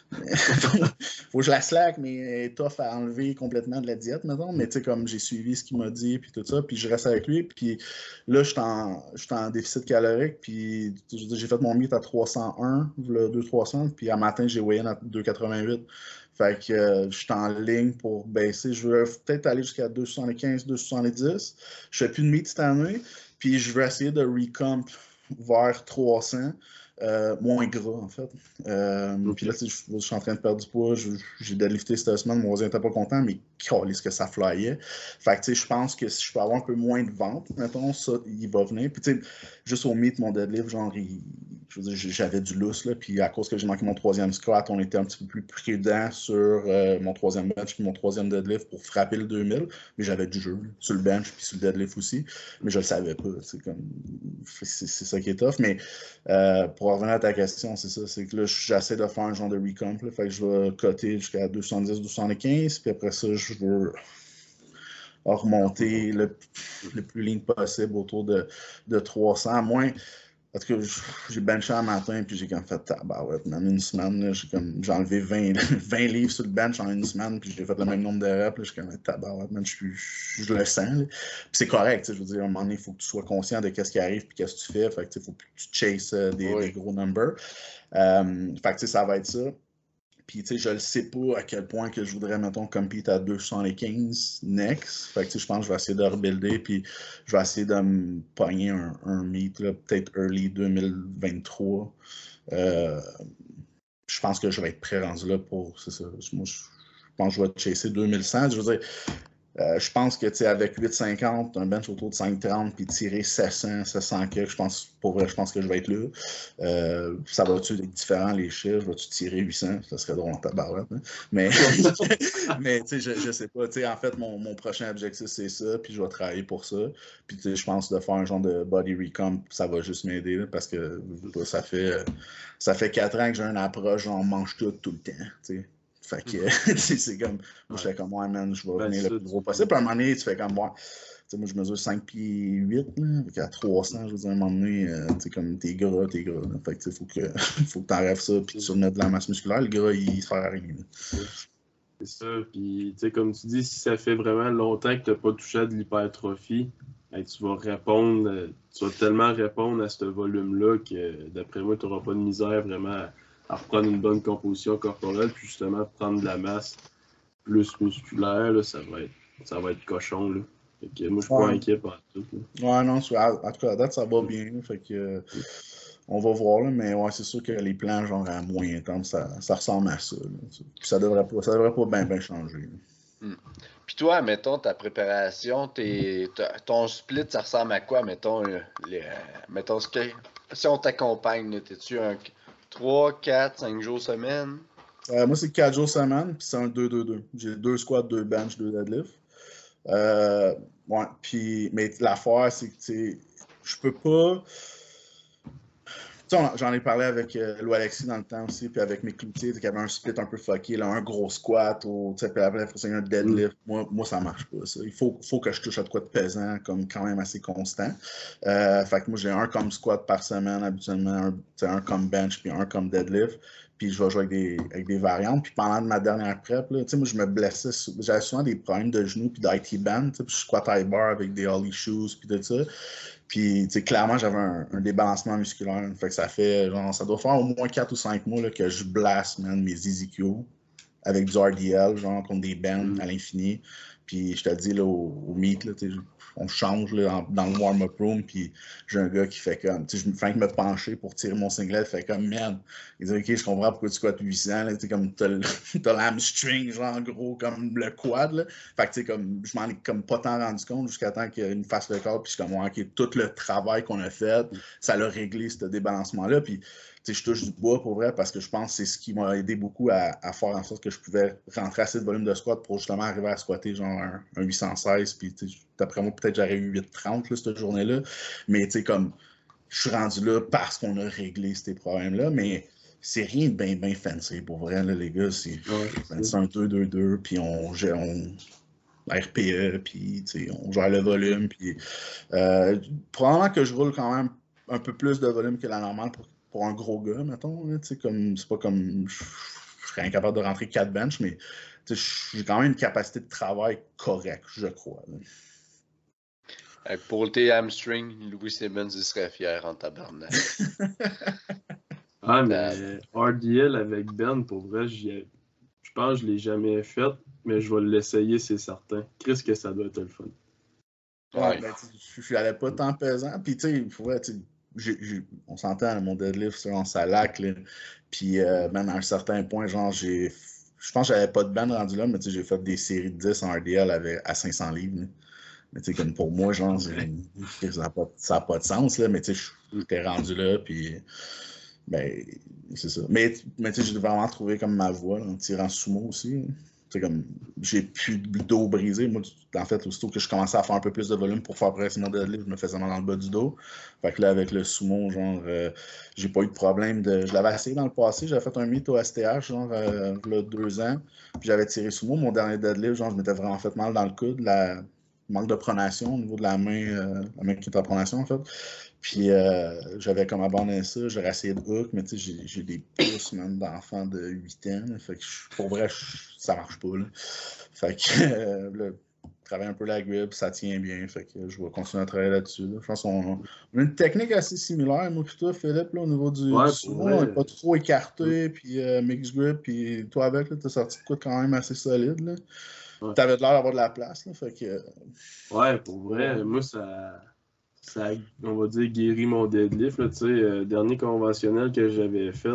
S3: faut que je la slack, mais elle est tough à enlever complètement de la diète, mettons. Mais comme j'ai suivi ce qu'il m'a dit, puis tout ça, puis je reste avec lui. Puis là, je suis en déficit calorique, puis j'ai fait mon meet à 301, le 2-300, puis à matin, j'ai weigh-in à 2,88. Fait que je suis en ligne pour baisser. Je veux peut-être aller jusqu'à 2,75, 2,70. Je fais plus de meet cette année. Puis je veux essayer de recomp vers 300. Moins gras, en fait. Puis là, je suis en train de perdre du poids. J'ai deadlifté cette semaine. Mon voisin n'était pas content, mais calisse que ça flyait. Fait que, je pense que si je peux avoir un peu moins de vente, mettons, ça, il va venir. Puis, juste au meet, mon deadlift, genre, j'avais du lousse, là. Puis, à cause que j'ai manqué mon troisième squat, on était un petit peu plus prudent sur mon troisième bench puis mon troisième deadlift pour frapper le 2000. Mais j'avais du jeu, là, sur le bench puis sur le deadlift aussi. Mais je le savais pas. C'est ça qui est tough. Mais pour revenir à ta question, c'est ça. C'est que là, j'essaie de faire un genre de recomp. Là, fait que je vais coter jusqu'à 210-215. Puis après ça, je veux remonter le plus lean possible autour de 300. À moins. En tout cas, j'ai benché un matin, puis j'ai comme fait tabarouette. Même une semaine, j'ai enlevé 20 livres sur le bench en une semaine, puis j'ai fait le même nombre de reps. Je suis comme tabarouette, man, je le sens. Là. Puis c'est correct, je veux dire, à un moment donné, il faut que tu sois conscient de qu'est-ce qui arrive, puis qu'est-ce que tu fais. Fait que, il faut que tu chases des gros numbers. Fait que, ça va être ça. Puis, je ne sais pas à quel point que je voudrais, mettons, compete à 275 next. Fait que, je pense que je vais essayer de rebuilder, puis je vais essayer de me pogner un meet, peut-être early 2023. Je pense que je vais être prêt rendu là pour, c'est ça. Moi, je pense que je vais chasser 2100. Je veux dire, je pense que, avec 8,50, un bench autour de 5,30, puis tirer 700, 700 quelques, je pense que je vais être là. Ça va-tu être différent, les chiffres? Vas-tu tirer 800? Ça serait drôle en tabarouette. Hein? Mais, je sais pas. En fait, mon prochain objectif, c'est ça, puis je vais travailler pour ça. Puis, je pense de faire un genre de body recomp, ça va juste m'aider, là, parce que ça fait 4 ans que j'ai une approche, j'en mange tout le temps, t'sais. Fait que, c'est comme, moi, j'étais comme, ouais, man, je vais venir le plus gros possible. Puis à un moment donné, tu fais comme, moi, moi, je mesure 5 pieds 8, là, à 300, je veux dire, à un moment donné, comme, t'es gras, là. Fait que, faut que t'enlèves ça, puis tu remettes de la masse musculaire. Le gras, il se fait rien.
S2: C'est ça, puis, comme tu dis, si ça fait vraiment longtemps que t'as pas touché à de l'hypertrophie, tu vas tellement répondre à ce volume-là que, d'après moi, tu n'auras pas de misère vraiment à reprendre une bonne composition corporelle, puis justement prendre de la masse plus musculaire, là, ça va être cochon. Là. Fait que moi, je suis pas inquiet par tout. Là.
S3: Ouais, non, en tout cas, à date, ça va bien. Fait que, on va voir, là, mais ouais, c'est sûr que les plans, genre à moyen terme, ça ressemble à ça. Là, puis ça devrait pas bien changer.
S1: Puis toi, mettons, ta préparation, ton split, ça ressemble à quoi, mettons, mettons si on t'accompagne, t'es-tu un 3, 4, 5 jours semaine?
S3: Moi, c'est 4 jours semaine, puis c'est un 2-2-2. J'ai 2 squats, 2 bench, 2 deadlifts. Ouais, puis, mais l'affaire, c'est que, je peux pas. J'en ai parlé avec Lou Alexis dans le temps aussi, puis avec mes cloutiers, qui avaient un split un peu fucké, là, un gros squat, ou puis après, il faut essayer un deadlift. Moi, ça marche pas, ça. Il faut que je touche à de quoi de pesant, comme quand même assez constant. Fait que moi, j'ai un comme squat par semaine, habituellement, un comme bench, puis un comme deadlift. Puis je vais jouer avec des variantes. Puis pendant ma dernière prep, là, moi, je me blessais. J'avais souvent des problèmes de genoux, puis d'IT band, puis je squat high bar avec des ollie shoes, puis tout ça. Puis, clairement, j'avais un débalancement musculaire. Fait que ça fait, genre, ça doit faire au moins 4 ou 5 mois là, que je blast, man, mes EZQ avec du RDL, genre, contre des bands à l'infini. Puis, je te dis, là, au meet, là, on change là, dans le warm-up room, puis j'ai un gars qui fait comme, je me fais me pencher pour tirer mon singlet, fait comme, man, il dit, ok, je comprends pourquoi tu squattes 800, là, comme, t'as l'hamstring, genre, gros, comme le quad, là. Fait que, comme, je m'en ai comme pas tant rendu compte jusqu'à temps qu'il me fasse le corps, puis je suis comme, ok, tout le travail qu'on a fait, ça l'a réglé, ce débalancement-là, puis je touche du bois pour vrai parce que je pense que c'est ce qui m'a aidé beaucoup à faire en sorte que je pouvais rentrer assez de volume de squat pour justement arriver à squatter genre un 816. Puis d'après moi, peut-être j'aurais eu 830 là, cette journée-là. Mais comme je suis rendu là parce qu'on a réglé ces problèmes-là. Mais c'est rien de bien fancy pour vrai, là, les gars. C'est un 2-2-2, puis on RPE, puis on gère le volume. Puis probablement que je roule quand même un peu plus de volume que la normale pour un gros gars, mettons. C'est pas comme je serais incapable de rentrer 4 benches, mais j'ai quand même une capacité de travail correcte, je crois.
S1: Pour tes hamstrings, Louis Simmons, il serait fier en tabarnak.
S2: Ah, mais RDL avec Ben, pour vrai, je pense que je l'ai jamais fait, mais je vais l'essayer, c'est certain. Qu'est-ce que ça doit être le fun?
S3: Ouais. Ben, je n'allais pas tant pesant. Puis, tu sais, on s'entend, mon deadlift, c'est en salac. Là. Puis, même à un certain point, genre, je pense que j'avais pas de band rendu là, mais tu sais, j'ai fait des séries de 10 en RDL à 500 livres. Là. Mais tu sais, comme pour moi, genre, ça n'a pas de sens, là, mais tu sais, j'étais rendu là, puis, ben, c'est ça. Mais tu sais, j'ai vraiment trouvé comme ma voie là, en tirant sumo aussi. C'est comme, j'ai plus de dos brisé. Moi, en fait, aussitôt que je commençais à faire un peu plus de volume pour faire presser mon deadlift, je me faisais mal dans le bas du dos. Fait que là, avec le sumo, genre, j'ai pas eu de problème de. Je l'avais essayé dans le passé, j'avais fait un meet au STH, genre, là, 2 ans, puis j'avais tiré sumo. Mon dernier deadlift, genre, je m'étais vraiment fait mal dans le coude, manque de pronation au niveau de la main qui est en pronation, en fait. Puis j'avais comme abandonné ça, j'aurais essayé de hook, mais tu sais, j'ai des pouces même d'enfants de 8 ans. Là, fait que pour vrai, ça marche pas. Là. Fait que là, je travaille un peu la grip, ça tient bien. Fait que je vais continuer à travailler là-dessus. Là. Je pense qu'on a une technique assez similaire, moi et toi, Philippe, là, au niveau du sumo, on n'est pas trop écarté, puis mix grip, puis toi avec, tu as sorti de quoi quand même assez solide. Là. Ouais. T'avais l'air d'avoir de la place, là, fait que...
S2: Ouais, pour vrai, moi, ça on va dire, guéri mon deadlift. Là, dernier conventionnel que j'avais fait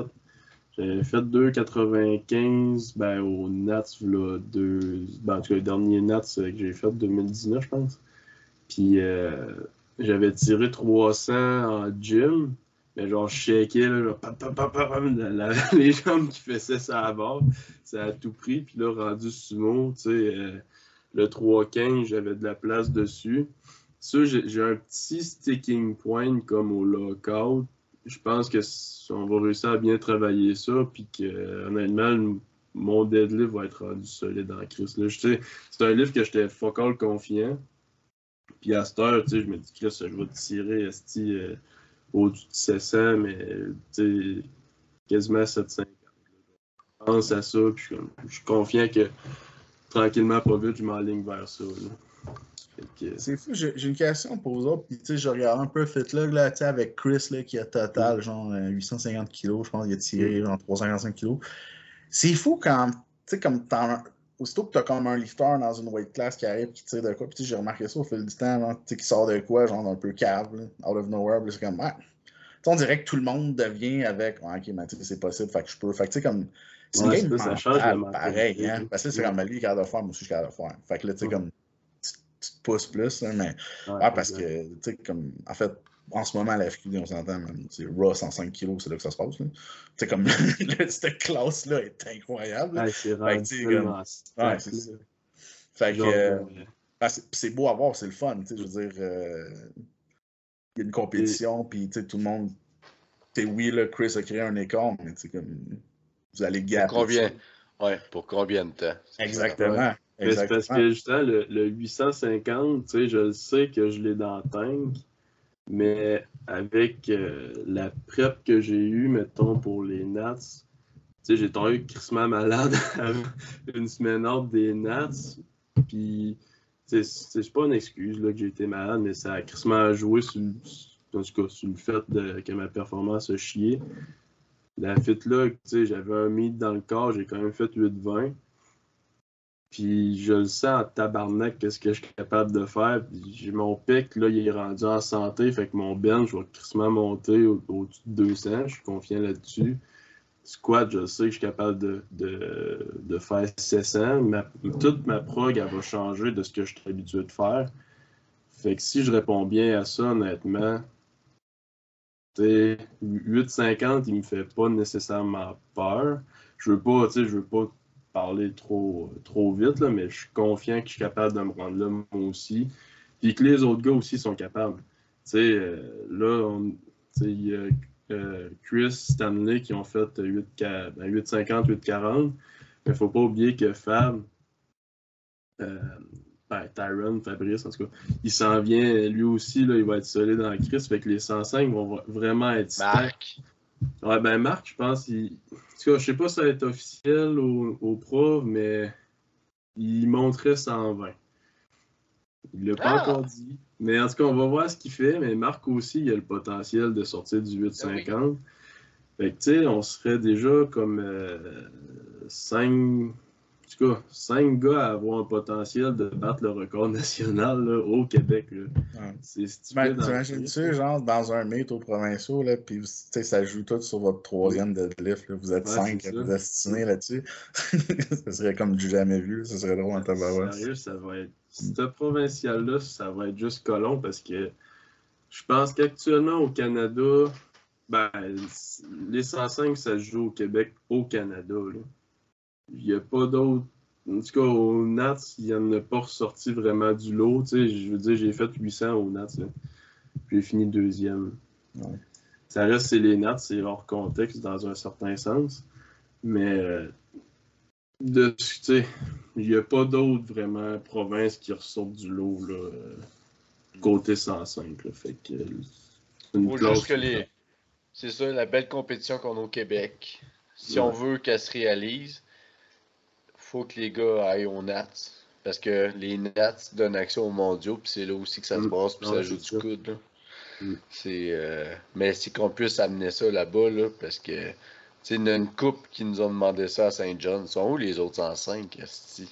S2: 2,95 au Nats, là, en tout cas, le dernier Nats que j'ai fait, 2019, je pense. Puis j'avais tiré 300 en gym, mais genre, je shakais, là, les jambes qui faisaient ça à bord, ça a tout pris. Puis là, rendu sumo, tu sais, le 3,15, j'avais de la place dessus. Ça, j'ai un petit sticking point comme au lockout. Je pense qu'on va réussir à bien travailler ça, puis que honnêtement, mon deadlift va être rendu solide en crise. C'est un livre que j'étais focal confiant. Puis à cette heure, je me dis que je vais tirer au-dessus de 700, mais quasiment 750. Je pense à ça, puis je suis confiant que tranquillement, pas vite, je m'enligne vers ça. Là.
S3: C'est fou, j'ai une question pour vous autres. Puis, je regarde un peu Fitlog là, avec Chris là, qui a total genre 850 kg, je pense qu'il a tiré genre 355 kg. C'est fou quand, tu sais, comme aussitôt que tu as comme un lifter dans une weight class qui arrive, qui tire de quoi, puis j'ai remarqué ça au fil du temps, genre, qui sort de quoi, genre un peu cave, là, out of nowhere, c'est comme, on dirait que tout le monde devient avec, ok, mais c'est possible, fait que je peux, fait que tu sais, comme, c'est une game mentale, pareil, hein, parce que c'est comme, lui, il est capable de faire, moi aussi, je suis capable de faire. Fait que là, tu sais, comme, tu te pousses plus, hein, mais parce que, tu sais, comme, en fait, en ce moment, à la FQD, on s'entend, c'est Raw 105 kg, c'est là que ça se passe. Tu sais, comme, cette classe-là est incroyable.
S2: C'est vraiment
S3: c'est ça. Fait que, C'est beau à voir, c'est le fun. Je veux dire, il y a une compétition, puis tout le monde. Oui, là, Chris a créé un écart, mais comme vous allez
S1: Pour
S3: gapper.
S1: combien? Ouais, pour combien de temps?
S3: Exactement.
S2: Mais c'est parce que justement, le 850, je le sais que je l'ai dans le tank, mais avec la prep que j'ai eue, mettons, pour les Nats, j'ai tombé crissement malade une semaine hors des Nats, puis c'est pas une excuse là, que j'ai été malade, mais ça a crissement joué sur le fait que ma performance a chié. La fit là, j'avais un meet dans le corps, j'ai quand même fait 8-20. Puis je le sens en tabarnak, qu'est-ce que je suis capable de faire. Puis j'ai mon pic, là, il est rendu en santé, fait que mon bench va crissement monter au-dessus de 200, je suis confiant là-dessus. Squat, je sais que je suis capable de faire 700. Toute ma prog, elle va changer de ce que je suis habitué de faire. Fait que si je réponds bien à ça, honnêtement, 8,50, il me fait pas nécessairement peur. Je veux pas parler trop vite, là, mais je suis confiant que je suis capable de me rendre là, moi aussi. Puis que les autres gars aussi sont capables. Là, il y a Chris, Stanley qui ont fait 8,50, 8,40. Mais il ne faut pas oublier que Fab, Tyron, Fabrice, en tout cas, il s'en vient, lui aussi, là, il va être solide dans la crise. Fait que les 105 vont vraiment être
S1: Marc.
S2: Ouais, ben Marc, je pense, en tout cas, je sais pas si ça va être officiel au prof, mais il montrait 120. Il l'a pas encore dit. Mais en tout cas, on va voir ce qu'il fait. Mais Marc aussi, il a le potentiel de sortir du 8,50. Fait que, tu sais, on serait déjà comme 5 gars à avoir un potentiel de battre le record national là, au Québec. Là.
S3: Ouais.
S2: C'est stupide.
S3: T'imagines-tu, genre, dans un meet aux provinciaux, là, puis ça joue tout sur votre troisième deadlift, là, vous êtes 5 à vous destiner là-dessus. Ça serait comme du jamais vu, ça serait drôle en tabarouette.
S2: Sérieux, ça va être... Ce provincial-là, ça va être juste colon parce que je pense qu'actuellement au Canada, ben, les 105, ça se joue au Québec, au Canada. Là. Il n'y a pas d'autres. En tout cas, au Nats, il n'y en a pas ressorti vraiment du lot. Je veux dire, j'ai fait 800 au Nats. Là. Puis j'ai fini deuxième.
S3: Ouais.
S2: Ça reste, c'est les Nats, c'est hors contexte dans un certain sens. Mais, il n'y a pas d'autres vraiment provinces qui ressortent du lot là, côté 105. Là. Fait que,
S1: c'est ça, la belle compétition qu'on a au Québec. Si on veut qu'elle se réalise, faut que les gars aillent aux Nats. Parce que les Nats donnent accès aux mondiaux, puis c'est là aussi que ça se passe, puis ça joue du coude. Là. Mais c'est qu'on puisse amener ça là-bas, là, parce que il y a une couple qui nous ont demandé ça à Saint-John. Ils sont où les autres 105, esti?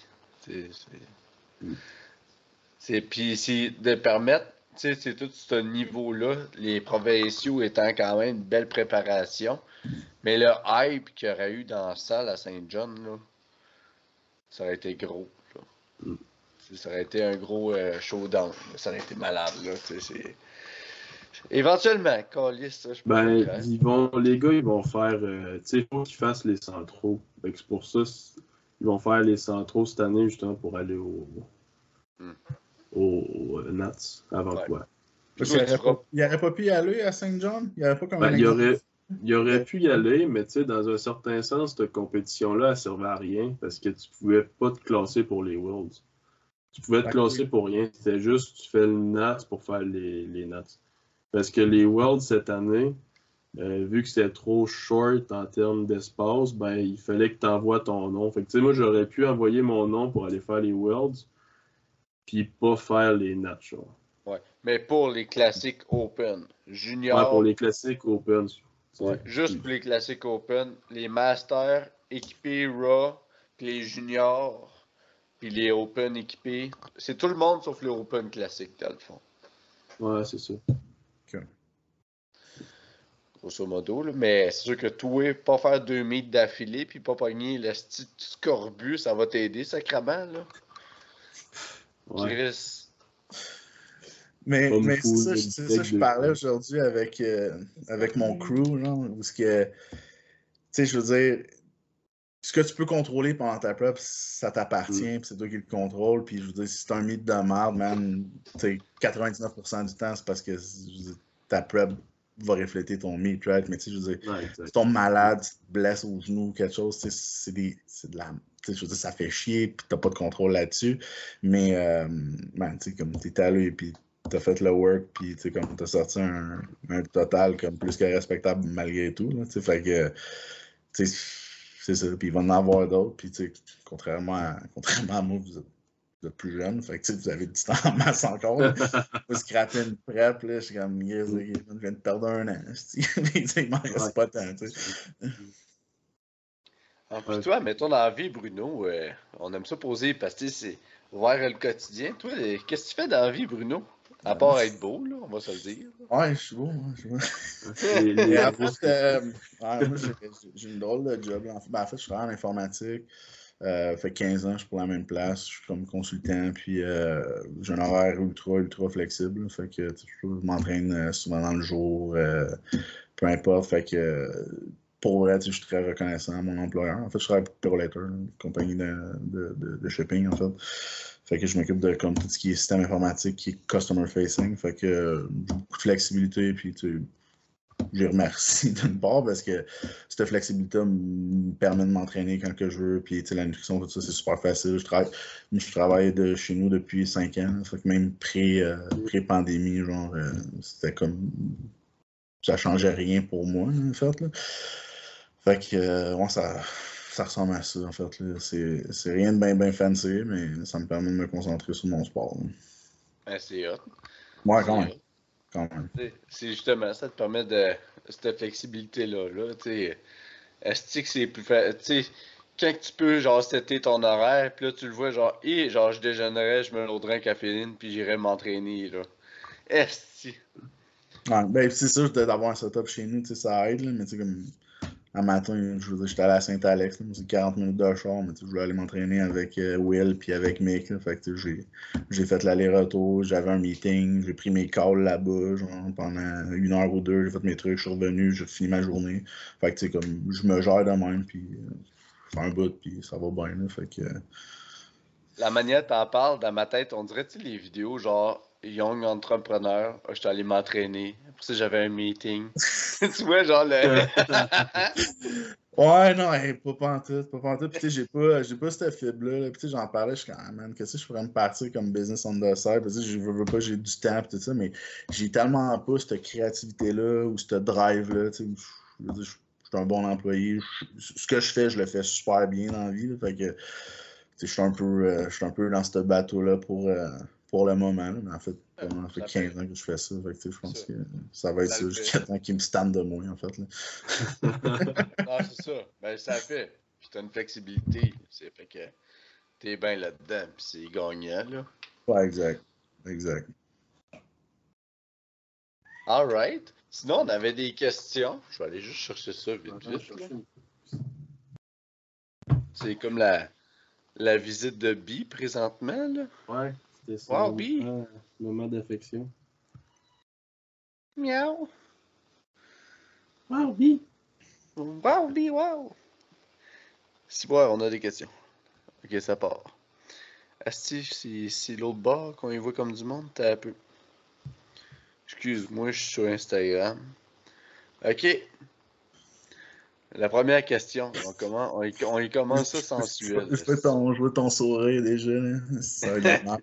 S1: Puis c'est de permettre, c'est tout ce niveau-là, les provinciaux étant quand même une belle préparation, mais le hype qu'il y aurait eu dans la salle à Saint-John, là, ça aurait été gros. Là. Ça aurait été un gros showdown. Ça aurait été malade. Là, éventuellement, Callis, je
S2: pense. Les gars, ils vont faire. Il faut qu'ils fassent les centraux. C'est pour ça ils vont faire les centraux cette année, justement, pour aller au Nats avant quoi.
S3: Il n'aurait pas pu y aller à Saint-John? Il
S2: aurait pu y aller, mais dans un certain sens, cette compétition-là, elle servait à rien parce que tu pouvais pas te classer pour les Worlds. Tu pouvais te classer pour rien. C'était juste, tu fais le Nats pour faire les Nats. Parce que les Worlds cette année, vu que c'était trop short en termes d'espace, ben il fallait que tu envoies ton nom. Fait que moi, j'aurais pu envoyer mon nom pour aller faire les Worlds, puis pas faire les Nats.
S1: Ouais. Mais pour les classiques Open, junior.
S2: Ouais, pour les classiques Open.
S1: Ouais. Juste pour les classiques Open, les Masters équipés Raw, puis les juniors, puis les Open équipés. C'est tout le monde sauf les Open classiques, dans le fond.
S2: Ouais, c'est ça.
S3: Okay.
S1: Grosso modo, là. Mais c'est sûr que toi, pas faire 2 meets d'affilée, puis pas pogner le petit scorbut, ça va t'aider sacrément, là.
S3: Ouais. Chris. Mais c'est ça, je parlais aujourd'hui avec mon crew, là, où ce que, tu sais, je veux dire, ce que tu peux contrôler pendant ta prep, ça t'appartient, puis c'est toi qui le contrôle. Puis je veux dire, si c'est un mythe de merde, man, 99% du temps, c'est parce que ta prep va refléter ton meat, right? Mais tu sais, je veux dire, si tu tombes malade, tu te blesses au genou ou quelque chose, c'est de la. Je veux dire, ça fait chier, puis t'as pas de contrôle là-dessus. Mais, man, tu sais, comme t'es allé, puis t'as fait le work, puis tu sais, comme t'as sorti un total comme plus que respectable malgré tout, là, tu sais, fait que, tu sais, c'est ça, puis il va en avoir d'autres, puis tu sais, contrairement à moi, vous êtes plus jeune, fait que tu sais, vous avez du temps en masse encore, là. Vous scraper une prep, là, je suis comme, yes, je viens de perdre un an, il m'en reste pas tant, tu sais.
S1: Puis toi, mettons dans la vie, Bruno, on aime ça poser parce que c'est voir le quotidien. Toi, qu'est-ce que tu fais dans la vie, Bruno? À part être beau, là, on va se le dire.
S3: Ouais, je suis beau, je suis beau.
S2: Les
S3: En fait, moi, j'ai une drôle de job. En fait, je travaille en informatique. Fait 15 ans, je suis pour la même place. Je suis comme consultant, puis j'ai un horaire ultra flexible. Fait que je m'entraîne souvent dans le jour, peu importe. Fait que pour vrai, je suis très reconnaissant à mon employeur. En fait, je travaille pour Purolator, une compagnie de shipping, en fait. Fait que je m'occupe de comme tout ce qui est système informatique, qui est customer facing. Fait que j'ai beaucoup de flexibilité, puis tu sais, je les remercie d'une part parce que cette flexibilité me permet de m'entraîner quand que je veux. Puis la nutrition, tout ça, c'est super facile. Je travaille de chez nous depuis 5 ans. Fait que même pré-pandémie, genre, c'était comme. Ça changeait rien pour moi, en fait. Là. Fait que, ouais, ça ressemble à ça, en fait. C'est rien de bien fancy, mais ça me permet de me concentrer sur mon sport.
S1: C'est hot.
S3: Ouais, quand même. Quand même.
S1: C'est justement, ça te permet de cette flexibilité-là. Est-ce que c'est plus facile? Quand tu peux, genre, setter ton horaire, puis là, tu le vois, genre, genre, je déjeunerais, je me loaderais un caféine, puis j'irais m'entraîner, là. Est-ce
S3: Ouais, ben, c'est sûr d'avoir un setup chez nous, ça aide, là, mais tu sais, comme un matin, je veux dire, j'étais allé à Saint-Alex, c'est 40 minutes de char, mais je voulais aller m'entraîner avec Will puis avec Mick, là, fait que j'ai fait l'aller-retour, j'avais un meeting, j'ai pris mes calls là-bas, genre, pendant 1 heure ou 2, j'ai fait mes trucs, je suis revenu, j'ai fini ma journée, fait que tu sais, comme, je me gère de même, puis je fais un bout, puis ça va bien, là, fait que...
S1: la manière t'en parles, dans ma tête, on dirait, tu sais, les vidéos, genre, Young Entrepreneur, je suis allé m'entraîner, après ça, j'avais un meeting. Tu vois, genre, le...
S3: Ouais, non, hey, pas pantoute, pas pantoute. Puis, tu sais, j'ai pas cette fibre-là. Là. Puis, tu sais, j'en parlais, je suis comme, ah, man, qu'est-ce que je pourrais me partir comme business on the side? Parce que je veux pas, j'ai du temps, pis tout ça, mais j'ai tellement pas cette créativité-là ou cette drive-là. Tu sais, je veux dire, je suis un bon employé. Ce que je fais, je le fais super bien dans la vie. Là. Fait que, tu sais, je suis un peu dans ce bateau-là pour le moment. Là. Mais en fait, ça fait 15 ans que je fais ça. Fait que, tu sais, je pense que ça va être ça jusqu'à temps qu'ils me stand de moi, en fait. Là.
S1: Non, c'est ça. Ben, ça fait. Puis t'as une flexibilité. C'est fait que t'es bien là-dedans. Puis c'est gagnant, là.
S3: Ouais, exact. Exact.
S1: Alright. Sinon, on avait des questions. Je vais aller juste chercher ça vite, vite. Là. C'est comme la visite de Bi présentement, là.
S2: Ouais, c'était ça.
S1: Wow, Bi!
S2: Moment d'affection.
S1: Miaou!
S2: Wow, Bi!
S1: Wow, Bi, wow! Si, ouais, on a des questions. Ok, ça part. Asti, c'est l'autre bord qu'on y voit comme du monde, t'as un peu. Excuse-moi, je suis sur Instagram. Ok. La première question. On y commence ça sensuel.
S3: Je vois ton sourire déjà. Là. Ça va être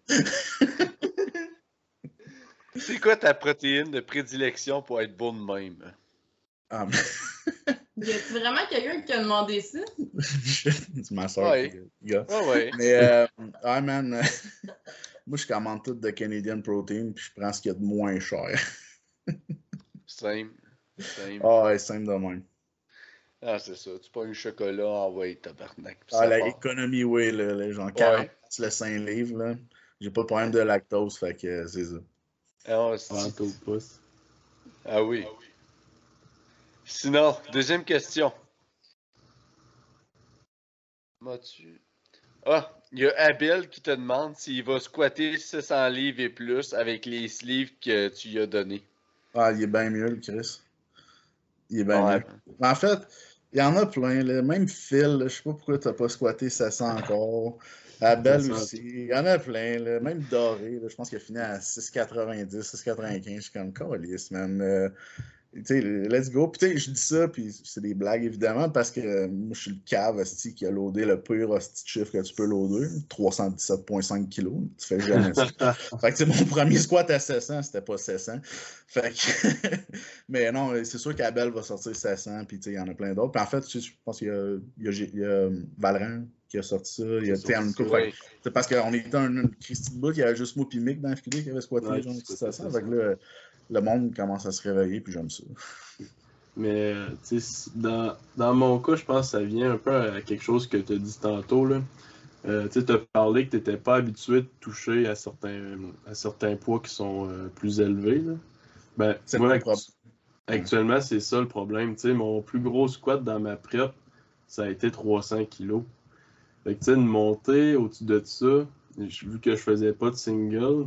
S1: C'est quoi ta protéine de prédilection pour être beau de même?
S3: Ah,
S4: Y a-tu vraiment quelqu'un qui a demandé ça?
S3: c'est ma soeur,
S1: Ouais.
S3: gars.
S1: Ouais.
S3: Mais, man, moi, je commande tout de Canadian Protein, puis je prends ce qu'il y a de moins cher.
S1: Simple.
S3: Ah, ouais, simple de même.
S1: Ah, c'est ça. Tu prends un chocolat, envoie tabarnak.
S3: Ah, la économie, oui, là, genre 40 le 5 livres, là. J'ai pas de problème de lactose, fait que c'est ça.
S1: Ah oui. Sinon, deuxième question. Ah, il y a Abel qui te demande s'il va squatter 600 livres et plus avec les sleeves que tu lui as donnés.
S3: Ah, il est bien mieux, le Chris. Il est bien
S1: Ouais.
S3: mieux. En fait, Il y en a plein, là. Même Phil, là, je sais pas pourquoi t'as pas squatté 700 encore. Abel aussi. Il y en a plein, là. Même Doré, là, je pense qu'il a fini à 6,90, 6,95. Je suis comme, calisse, man. Tu sais, let's go. Puis tu sais, je dis ça, puis c'est des blagues évidemment, parce que moi, je suis le cave hostie, qui a loadé le pire hostie de chiffre que tu peux loader, 317,5 kilos. Tu fais jamais ça. Fait que c'est mon premier squat à 700, c'était pas 700. Fait que... Mais non, c'est sûr qu'Abel va sortir 700, puis tu sais, il y en a plein d'autres. Puis en fait, je pense qu'il y a Valran qui a sorti ça, il y a TM Co. C'est parce qu'on était un Christy de bout, il y avait juste moi puis Mick dans la FQD qui avait squatté
S2: Ouais,
S3: genre
S2: c'est
S3: 700.
S2: ça.
S3: Fait que là, le monde commence à se réveiller, puis j'aime ça.
S2: Mais tu sais, dans mon cas, je pense que ça vient un peu à quelque chose que tu as dit tantôt, là. Tu as parlé que tu n'étais pas habitué de toucher à certains poids qui sont plus élevés, là. Ben,
S3: C'est
S2: moi,
S3: le problème.
S2: actuellement, c'est ça le problème. Tu sais, mon plus gros squat dans ma prep, ça a été 300 kilos. Fait que, tu sais, de monter au-dessus de ça, vu que je faisais pas de single,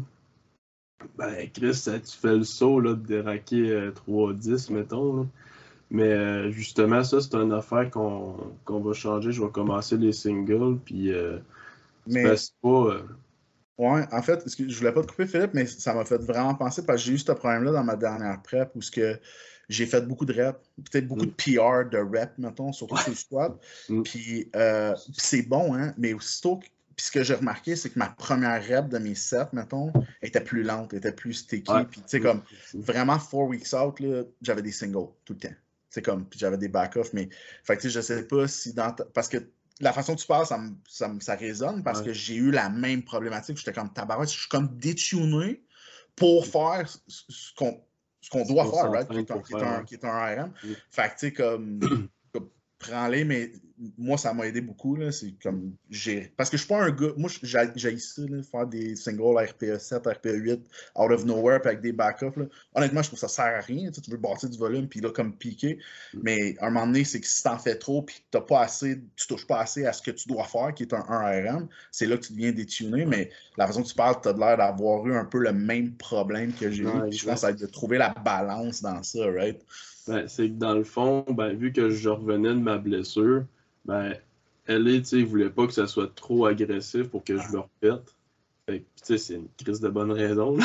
S2: ben, Chris, tu fais le saut là, de déraquer 3-10, mettons, là. Mais justement, ça, c'est une affaire qu'on va changer. Je vais commencer les singles, puis tu
S3: Mais,
S2: passes pas.
S3: ouais, en fait, je voulais pas te couper, Philippe, mais ça m'a fait vraiment penser, parce que j'ai eu ce problème-là dans ma dernière prep, où j'ai fait beaucoup de reps, peut-être beaucoup de PR de reps, mettons, surtout sur le squat. Puis c'est bon, hein, mais aussitôt puis ce que j'ai remarqué, c'est que ma première rep de mes sets, mettons, était plus lente, était plus sticky.
S2: Ouais.
S3: Puis, tu sais, comme vraiment 4 weeks out, là, j'avais des singles tout le temps. C'est comme, puis j'avais des back-off, mais, fait que, tu sais, je sais pas si parce que la façon que tu parles, ça résonne, parce que j'ai eu la même problématique. J'étais comme tabarouette, je suis comme détuné pour faire ce qu'on doit faire, right? Qui est un RM. Fait que, tu sais, comme prends-les, mais moi, ça m'a aidé beaucoup. Là. C'est comme parce que je suis pas un gars. Moi, j'ai ça, là, faire des singles RPE 7, RPE 8, out of nowhere, puis avec des backups. Là. Honnêtement, je trouve que ça sert à rien. Tu veux bâtir du volume, puis là, comme piquer. Mais à un moment donné, c'est que si t'en fais trop, puis tu touches pas assez à ce que tu dois faire, qui est un 1RM, c'est là que tu deviens détuné. Mais la façon que tu parles, tu as l'air d'avoir eu un peu le même problème que j'ai eu. Puis je pense que ça va être de trouver la balance dans ça, right?
S2: Ben, c'est que dans le fond, ben, vu que je revenais de ma blessure, ben, LA, tu sais, il voulait pas que ça soit trop agressif pour que je me repète. Fait que, tu sais, c'est une crise de bonne raison.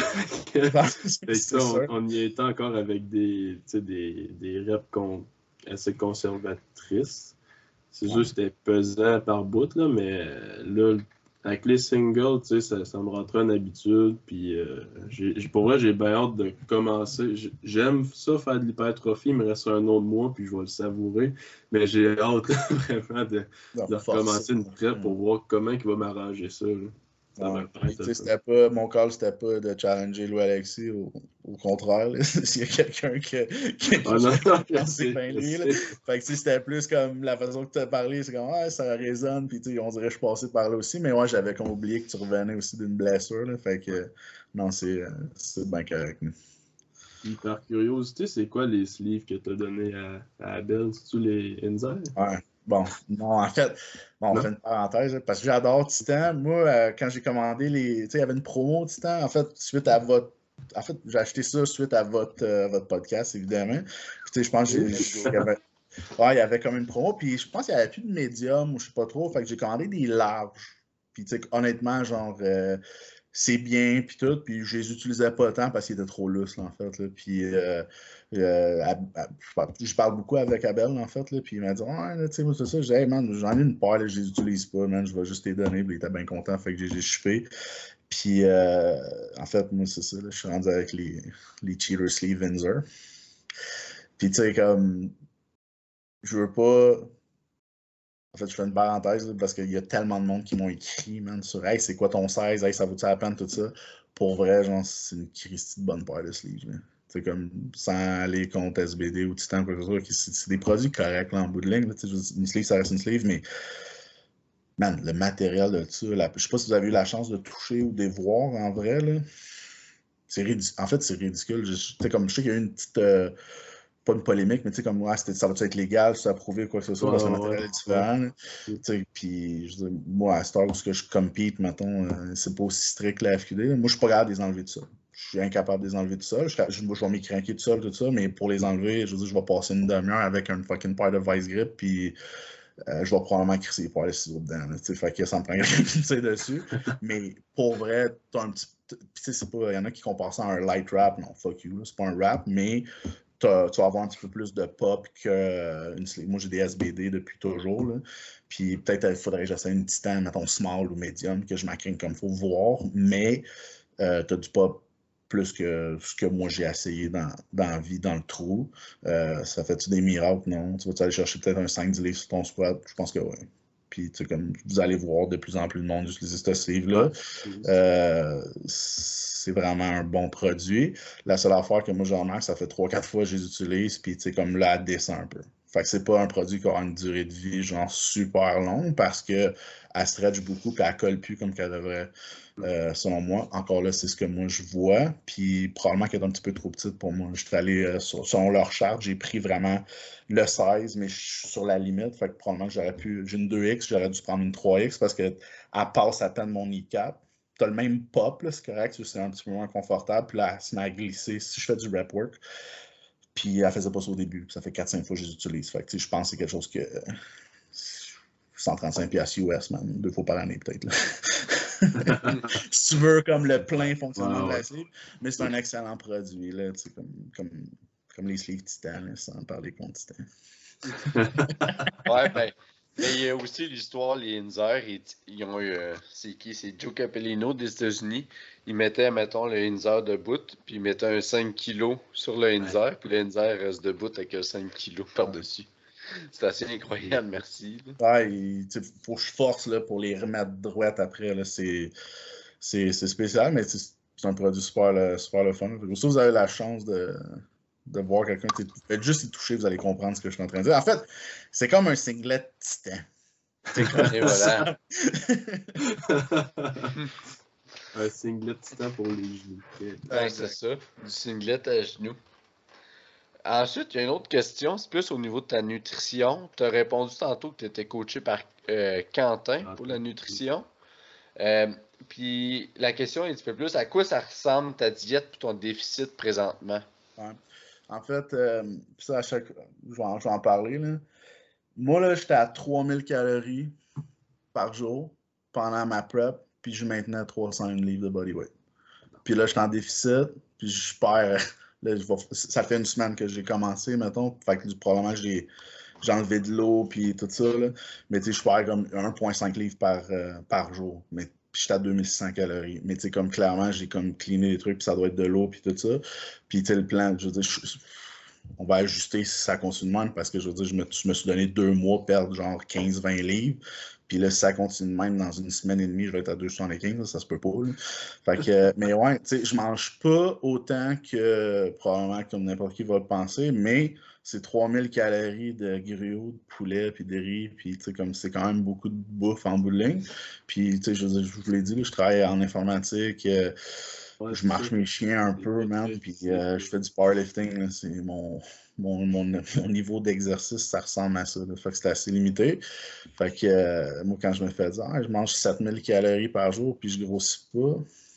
S2: On y était encore avec des reps assez conservatrices. C'est juste que c'était pesant par bout, là, mais là, avec les singles, tu sais, ça me rentrait en habitude. Puis pour vrai, j'ai bien hâte de commencer. J'aime ça faire de l'hypertrophie, il me reste un autre mois, puis je vais le savourer. Mais j'ai hâte vraiment de recommencer une prep pour voir comment il va m'arranger ça.
S3: Mon call, c'était pas de challenger Louis Alexis, au contraire. S'il y a quelqu'un qui c'est bien lui. Fait que c'était plus comme la façon que tu as parlé, c'est comme ça résonne, puis on dirait que je passais par là aussi, mais ouais, j'avais comme oublié que tu revenais aussi d'une blessure. Là, fait que non, c'est bien correct.
S2: Puis par curiosité, c'est quoi les sleeves que tu as donnés à Abel? C'est-tu les Inzer?
S3: Ouais. Bon, non, en fait, on fait une parenthèse, parce que j'adore Titan. Moi, quand j'ai commandé tu sais, il y avait une promo Titan, en fait, suite à votre. En fait, j'ai acheté ça suite à votre podcast, évidemment. Puis, tu sais, je pense il y avait comme une promo, puis je pense qu'il n'y avait plus de médium, ou je sais pas trop, fait que j'ai commandé des larges. Puis, tu sais, honnêtement, genre, c'est bien, puis tout, puis je les utilisais pas tant parce qu'ils étaient trop lousses, là, en fait, là. Puis, je parle beaucoup avec Abel, en fait, là, puis il m'a dit, ouais, tu sais, moi, c'est ça. J'ai dit, hey, man, j'en ai une paire, là, je les utilise pas, man, je vais juste les donner, puis il était bien content, fait que j'ai chupé. Puis, en fait, moi, c'est ça, là, je suis rendu avec les cheater sleeve Windsor. Puis, tu sais, comme, je veux pas. En fait, je fais une parenthèse là, parce qu'il y a tellement de monde qui m'ont écrit, man, sur hey, c'est quoi ton 16, hey, ça vaut-tu la peine, tout ça. Pour vrai, genre, c'est une christie de bonne paire de sleeves. C'est comme, sans aller contre SBD ou Titan, quoi que ce soit, c'est des produits corrects là, en bout de ligne. Là, une sleeve, ça reste une sleeve, mais man, le matériel de ça, je sais pas si vous avez eu la chance de toucher ou de voir en vrai, là. En fait, c'est ridicule. Comme, je sais qu'il y a eu une petite. Pas une polémique, mais tu sais, comme ça va être légal, ça approuvé quoi que ce soit, parce que le matériel est différent. Puis, moi, à Star où je compete, mettons, c'est pas aussi strict que la FQD. Moi, je suis pas capable de les enlever de ça. suis incapable de les enlever tout seul. Je vais m'écranquer tout seul, tout ça, mais pour les enlever, je veux dire, je vais passer une demi-heure avec un fucking paire de vice grip, puis je vais probablement crisser pour aller ciseaux dedans. Fait que ça me prend quelqu'un qui me tire dessus. Mais pour vrai, t'as un petit. Tu sais, il y en a qui comparent ça à un light rap. Non, fuck you, c'est pas un rap, mais tu vas avoir un petit peu plus de pop qu'une sleeve. Moi, j'ai des SBD depuis toujours. Là. Puis peut-être il faudrait que j'essaie une titan, mettons small ou medium, que je m'accrine comme il faut voir. Mais tu as du pop plus que ce que moi j'ai essayé dans la vie, dans le trou. Ça fait-tu des miracles? Non. Tu vas aller chercher peut-être un 5-10 livres sur ton squat? Je pense que oui. Puis, tu sais, comme vous allez voir de plus en plus de monde utiliser cette sleeve-là. C'est vraiment un bon produit. La seule affaire que moi j'ai remarqué, ça fait 3-4 fois que je les utilise, puis tu sais, comme là, elle descend un peu. Fait que c'est pas un produit qui aura une durée de vie genre super longue parce qu'elle stretch beaucoup puis elle colle plus comme qu'elle devrait. Selon moi, encore là, c'est ce que moi je vois. Puis probablement qu'elle est un petit peu trop petite pour moi. Je suis allé selon leur charte, j'ai pris vraiment le 16, mais je suis sur la limite. Fait que probablement que j'aurais pu. J'ai une 2X, j'aurais dû prendre une 3X parce qu'elle passe à peine mon kneecap. Tu as le même pop, c'est correct, c'est un petit peu moins confortable. Puis là, elle se met à glisser si je fais du rep work. Puis elle faisait pas ça au début. Ça fait 4-5 fois que je les utilise. Fait que je pense que c'est quelque chose que. 135$ US, man. 2 fois par année, peut-être. Si tu veux, comme le plein fonctionnement de la sleeve. Mais c'est un excellent produit, là, comme les sleeves Titan, là, sans parler contre Titan.
S1: Ouais, ben. Mais il y a aussi l'histoire, les Inzer, ils ont eu. C'est qui? C'est Joe Capellino des États-Unis. Ils mettaient, mettons, le Inzer debout, puis ils mettaient un 5 kg sur le Inzer, puis le Inzer reste debout avec un 5 kg par-dessus. C'est assez incroyable, merci.
S3: Ouais, il faut que je force là, pour les remettre droites après. Là, c'est spécial, mais c'est un produit super le fun. Si vous avez la chance de voir quelqu'un, faites juste y toucher, vous allez comprendre ce que je suis en train de dire. En fait, c'est comme un singlet titan.
S1: Et voilà.
S2: Un singlet titan pour les genoux.
S1: Ouais, c'est ça. Du singlet à genoux. Ensuite, il y a une autre question. C'est plus au niveau de ta nutrition. Tu as répondu tantôt que tu étais coaché par Quentin pour la nutrition. Puis la question est un petit peu plus, à quoi ça ressemble ta diète pour ton déficit présentement?
S3: Ouais. En fait, ça à chaque je vais en parler. Là. Moi, là, j'étais à 3000 calories par jour pendant ma prep, puis je maintenais 301 livres de bodyweight. Puis là, j'étais en déficit, puis je perds. Là, ça fait une semaine que j'ai commencé, mettons. Fait que probablement j'ai enlevé de l'eau, puis tout ça. Là. Mais tu sais, je perds comme 1,5 livres par jour. Mais puis j'étais à 2600 calories. Mais tu sais, comme clairement, j'ai comme cleané des trucs, puis ça doit être de l'eau, puis tout ça. Puis tu sais, le plan, je veux dire, on va ajuster si ça continue de même, parce que je veux dire, je me suis donné 2 mois perdre genre 15-20 livres. Puis là, si ça continue de même, dans une semaine et demie, je vais être à 275, ça se peut pas. Là. Fait que, mais ouais, tu sais, je mange pas autant que probablement comme n'importe qui va le penser, mais c'est 3000 calories de gruau, de poulet, puis de riz, puis tu sais, comme c'est quand même beaucoup de bouffe en bout de ligne. Puis, tu sais, je vous l'ai dit, là, je travaille en informatique, je marche mes chiens un peu, man, puis je fais du powerlifting, c'est mon niveau d'exercice, ça ressemble à ça. Là. Fait que c'est assez limité. Fait que moi, quand je me fais dire, je mange 7000 calories par jour, puis je grossis pas.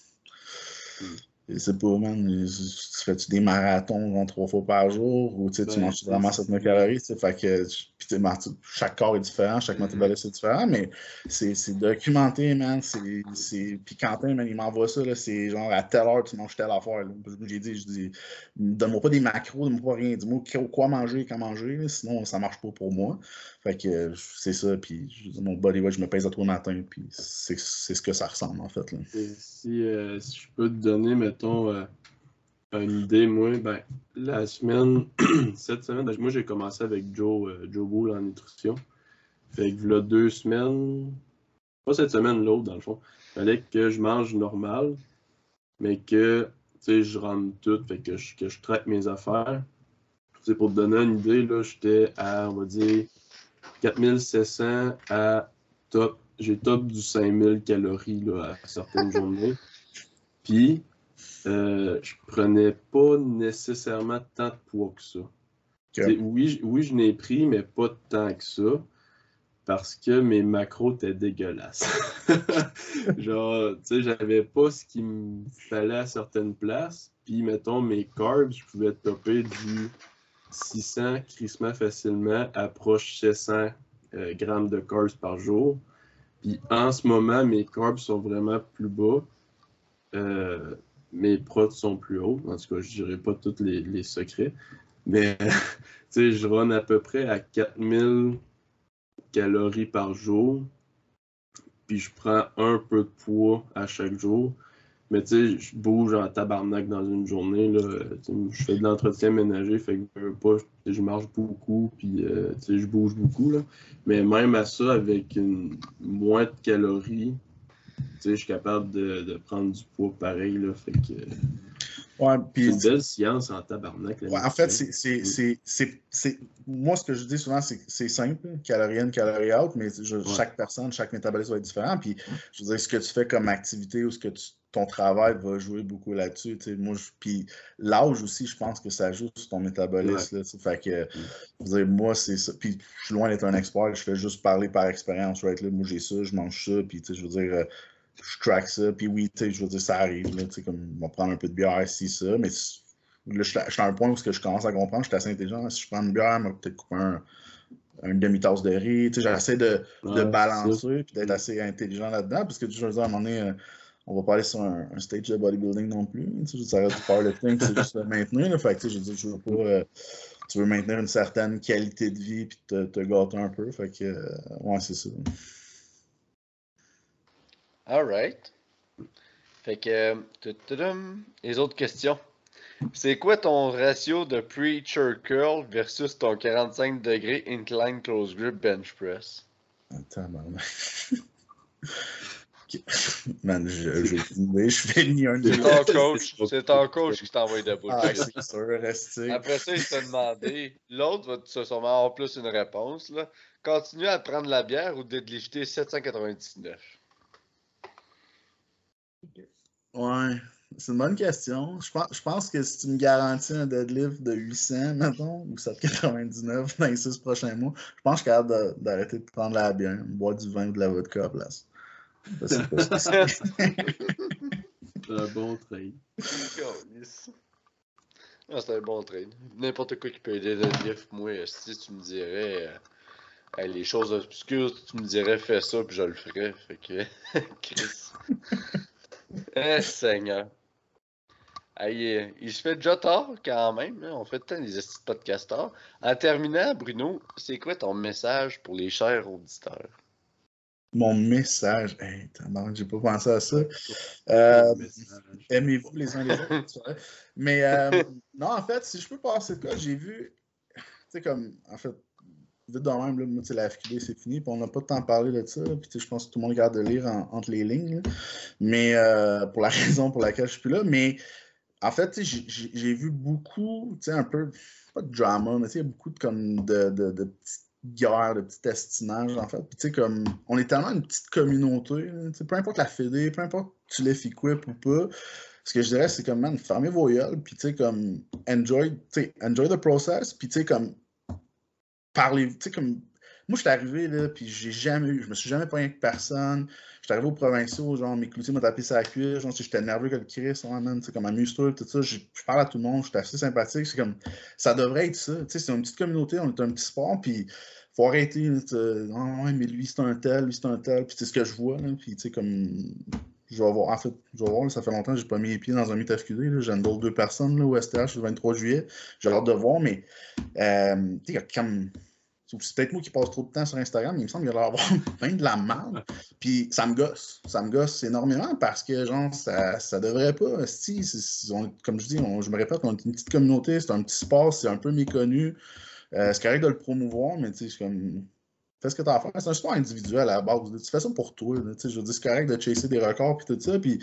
S3: Je sais pas, man, tu fais-tu des marathons genre 3 fois par jour ou tu manges vraiment 7000 calories? Fait que chaque corps est différent, chaque métabolisme est différent, mais c'est documenté, man. Puis Quentin, man, il m'envoie ça, c'est genre à telle heure tu manges telle affaire. J'ai dit, je dis, donne-moi pas des macros, donne-moi pas rien, dis-moi quoi manger, quand manger, là, sinon ça marche pas pour moi. Fait que c'est ça, puis mon bodyweight, je me pèse à tous les matins, puis c'est ce que ça ressemble en fait. Là.
S2: Si je peux te donner, mettons, une idée, moi, ben, cette semaine, moi j'ai commencé avec Joe Bull en nutrition. Fait que là 2 semaines, pas cette semaine, l'autre dans le fond, il fallait que je mange normal, mais que je rentre tout, fait que je traque mes affaires. T'sais, pour te donner une idée, là, j'étais à, on va dire, 4700 à top. J'ai top du 5000 calories là, à certaines journées. Puis, je prenais pas nécessairement tant de poids que ça. Okay. Oui, je n'ai pris, mais pas tant que ça. parce que mes macros étaient dégueulasses. Genre, tu sais, j'avais pas ce qu'il me fallait à certaines places. Puis, mettons, mes carbs, je pouvais topper du 600 crissement facilement, approche 700 grammes de carbs par jour. Puis, en ce moment, mes carbs sont vraiment plus bas. Mes prods sont plus hauts. En tout cas, je dirais pas tous les secrets. Mais, tu sais, je run à peu près à 4000 calories par jour, puis je prends un peu de poids à chaque jour. Mais tu sais, je bouge en tabarnak dans une journée. Là. Je fais de l'entretien ménager, fait que je marche beaucoup, puis je bouge beaucoup. Là. Mais même à ça, avec moins de calories, je suis capable de prendre du poids pareil. Là, fait que,
S3: Ouais,
S2: c'est une belle science en tabarnak.
S3: Ouais, en fait, moi, ce que je dis souvent, c'est que c'est simple, calorie in, calorie out, mais chaque personne, chaque métabolisme va être différent. Puis, je veux dire, ce que tu fais comme activité ou ton travail va jouer beaucoup là-dessus. Puis, l'âge aussi, je pense que ça joue sur ton métabolisme. Là, fait que, je veux dire, moi, c'est ça. Puis, je suis loin d'être un expert, je fais juste parler par expérience. Right? Là, moi, j'ai ça, je mange ça, puis, je veux dire. Je track ça, puis oui, je veux dire, ça arrive, là, comme, on va prendre un peu de bière, si ça, mais là, je suis à un point où je commence à comprendre, je suis assez intelligent, si je prends une bière, je vais peut-être couper un demi-tasse de riz, j'essaie de balancer, puis d'être assez intelligent là-dedans, parce que, je veux dire, à un moment donné, on va pas aller sur un stage de bodybuilding non plus, ça reste du powerlifting, c'est juste de maintenir, là, fait que, je veux dire, je veux pas... tu veux maintenir une certaine qualité de vie, puis te gâter un peu, fait que, ouais, c'est ça.
S1: Alright. Fait que, les autres questions. C'est quoi ton ratio de preacher curl versus ton 45 degrés incline close grip bench press?
S3: Attends, man. Man, je fais ni un ni
S1: l'autre. C'est ton coach qui t'envoie de bullshit.
S3: C'est sûr, restez.
S1: Après ça, il t'a demandé. L'autre va sûrement avoir plus une réponse. Là. Continue à prendre la bière ou deadlifter 799?
S3: Ouais, c'est une bonne question. Je pense que si tu me garantis un deadlift de 800, mettons, ou 799 dans les 6 prochains mois, je pense que je suis capable d'arrêter de prendre la bière, boire du vin ou de la vodka à place. C'est pas ça.
S2: Un bon trade.
S1: C'est un bon trade. N'importe quoi qui peut aider le deadlift, moi, si tu me dirais les choses obscures, tu me dirais fais ça, puis je le ferais. Fait que, Chris. Seigneur. Il se fait déjà tard quand même. Hein? On fait tant des podcasters. En terminant, Bruno, c'est quoi ton message pour les chers auditeurs?
S3: Mon message, hey, j'ai pas pensé à ça. Aimez-vous les uns les autres. Mais non, en fait, si je peux passer de quoi, j'ai vu, tu sais, comme, en fait, vite de même, là, moi, la FQD, c'est fini, puis on n'a pas de temps à parler de ça, puis je pense que tout le monde regarde de lire entre les lignes, là. Mais pour la raison pour laquelle je suis plus là, mais en fait, j'ai vu beaucoup, tu sais, un peu, pas de drama, mais tu sais, il y a beaucoup de petites guerres, de petits estinage, en fait. Puis tu sais, comme, on est tellement une petite communauté, là, peu importe la fédé, peu importe tu l'es equip ou pas, ce que je dirais, c'est comme, man, fermez vos gueules, puis tu sais, comme, enjoy the process, puis tu sais, comme, parlez, tu sais, comme, moi, je suis arrivé, là, puis je me suis jamais pogné avec personne. Je suis arrivé aux provinciaux, genre, mes cloutiers m'ont tapé sur la cuisse, genre, j'étais nerveux que le Chris, ouais, man, tu sais, comme, amuse-toi, tout ça. Je parle à tout le monde, je suis assez sympathique. C'est comme, ça devrait être ça. Tu sais, c'est une petite communauté, on est un petit sport, puis faut arrêter, oh, ouais, mais lui, c'est un tel, puis c'est ce que je vois, là, puis tu sais, comme, je vais voir, en fait, là, ça fait longtemps que j'ai pas mis les pieds dans un meet FQD, là, j'endole 2 personnes, là, au STH, le 23 juillet. J'ai hâte de voir, mais, tu sais, il y a comme. C'est peut-être moi qui passe trop de temps sur Instagram, mais il me semble qu'il y a l'air plein de la merde. Puis ça me gosse. Ça me gosse énormément parce que, genre, ça devrait pas. Comme je dis, je me répète, on est une petite communauté, c'est un petit sport, c'est un peu méconnu. C'est correct de le promouvoir, mais tu sais, c'est comme. Fais ce que tu as à faire. C'est un sport individuel à la base. Tu fais ça pour toi. Là, je veux dire, c'est correct de chasser des records puis tout ça. Puis,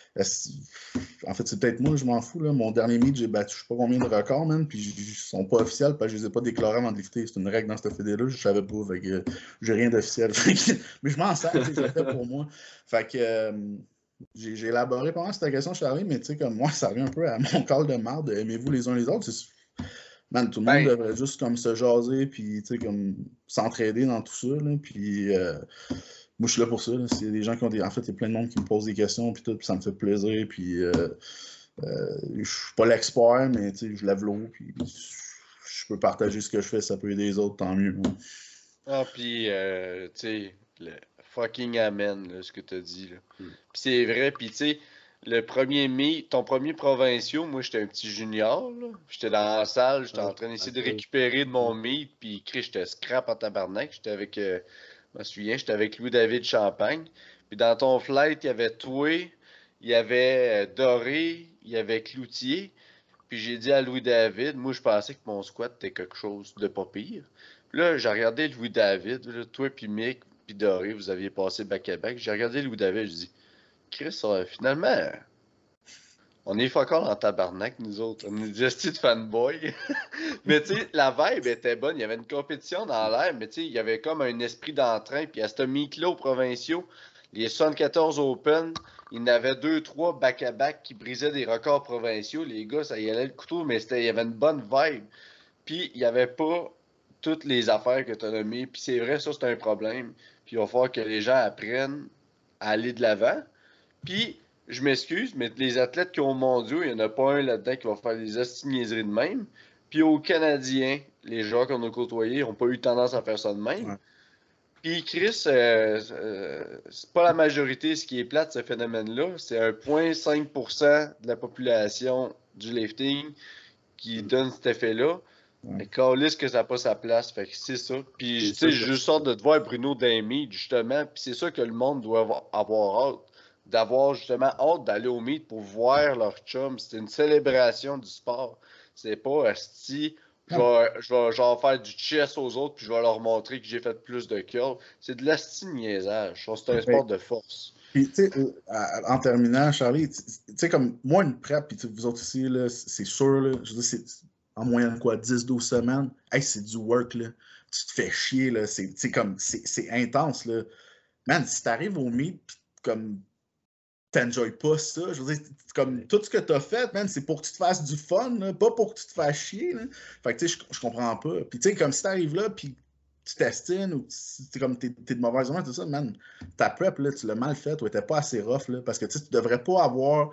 S3: en fait, c'est peut-être moi, je m'en fous. Là. Mon dernier meet, j'ai battu je sais pas combien de records, man. Puis, ils sont pas officiels parce que je les ai pas déclarés avant de lifter. C'est une règle dans cette fédé-là. Je savais pas. Fait que j'ai rien d'officiel. Mais je m'en sers. Je le fais pour moi. Fait que. J'ai élaboré pendant cette question, je suis arrivé, mais tu sais, comme moi, ça revient un peu à mon call de marde. Aimez-vous les uns les autres. Man, tout le monde devrait juste comme se jaser, puis comme s'entraider dans tout ça. Là, puis moi, je suis là pour ça. S'il y a des gens qui ont des. En fait, il y a plein de monde qui me posent des questions, puis tout, puis ça me fait plaisir. Puis je suis pas l'expert, mais je lève l'eau, puis je peux partager ce que je fais, ça peut aider les autres, tant mieux. Hein.
S1: Ah, puis, tu sais, le fucking amen, là, ce que t'as dit, là. Puis c'est vrai, puis tu sais, le premier mai, ton premier provinciaux, moi, j'étais un petit junior, là. J'étais dans la salle, j'étais en train d'essayer de récupérer de mon meat, puis j'étais scrap en tabarnak. J'étais avec, je me souviens, j'étais avec Louis-David Champagne. Puis dans ton flight, il y avait toi, il y avait Doré, il y avait Cloutier. Puis j'ai dit à Louis-David, moi, je pensais que mon squat était quelque chose de pas pire. Puis là, j'ai regardé Louis-David, là, toi puis Mick, puis Doré, vous aviez passé back-à-back. J'ai regardé Louis-David, je dis, Chris, finalement, on est fuck all en tabarnak, nous autres. On est des estis de fanboy. Mais tu sais, la vibe était bonne. Il y avait une compétition dans l'air, mais tu sais, il y avait comme un esprit d'entrain. Puis à ce meet-là aux provinciaux, les 74 Open, il y en avait 2-3 back-à-back qui brisaient des records provinciaux. Les gars, ça y allait le couteau, mais il y avait une bonne vibe. Puis il n'y avait pas toutes les affaires que tu as nommées. Puis c'est vrai, ça, c'est un problème. Puis il va falloir que les gens apprennent à aller de l'avant. Puis, je m'excuse, mais les athlètes qui ont mondiaux, il n'y en a pas un là-dedans qui va faire des astiniaiseries de même. Puis aux Canadiens, les joueurs qu'on a côtoyés n'ont pas eu tendance à faire ça de même.
S3: Ouais.
S1: Puis Chris, c'est pas la majorité ce qui est plate, ce phénomène-là. C'est 1,5% de la population du lifting qui donne cet effet-là. Mais calisse que ça n'a pas sa place. Fait que c'est ça. Puis, tu sais, je sors de te voir Bruno Damy, justement. Puis c'est ça que le monde doit avoir hâte. D'avoir justement hâte d'aller au meet pour voir leur chum. C'est une célébration du sport. C'est pas asti. Je vais genre faire du chess aux autres puis je vais leur montrer que j'ai fait plus de curl. C'est de l'asti niaisage. C'est un sport de force.
S3: Puis, tu sais, en terminant, Charlie, tu sais, comme moi, une prep, puis vous autres ici, là, c'est sûr, là, je veux dire, c'est en moyenne, quoi, 10-12 semaines. Hey, c'est du work, là. Tu te fais chier, là. C'est comme, c'est intense, là. Man, si t'arrives au meet, puis comme, t'enjoy pas ça, je veux dire, comme, tout ce que t'as fait, man, c'est pour que tu te fasses du fun, là, pas pour que tu te fasses chier, là. Fait que, tu sais, je comprends pas. Puis, tu sais, comme si t'arrives là, puis tu t'estines ou t'es comme t'es de mauvaise humeur, tout ça, man, ta prep, là, tu l'as mal faite ou t'es pas assez rough, là, parce que tu devrais pas avoir.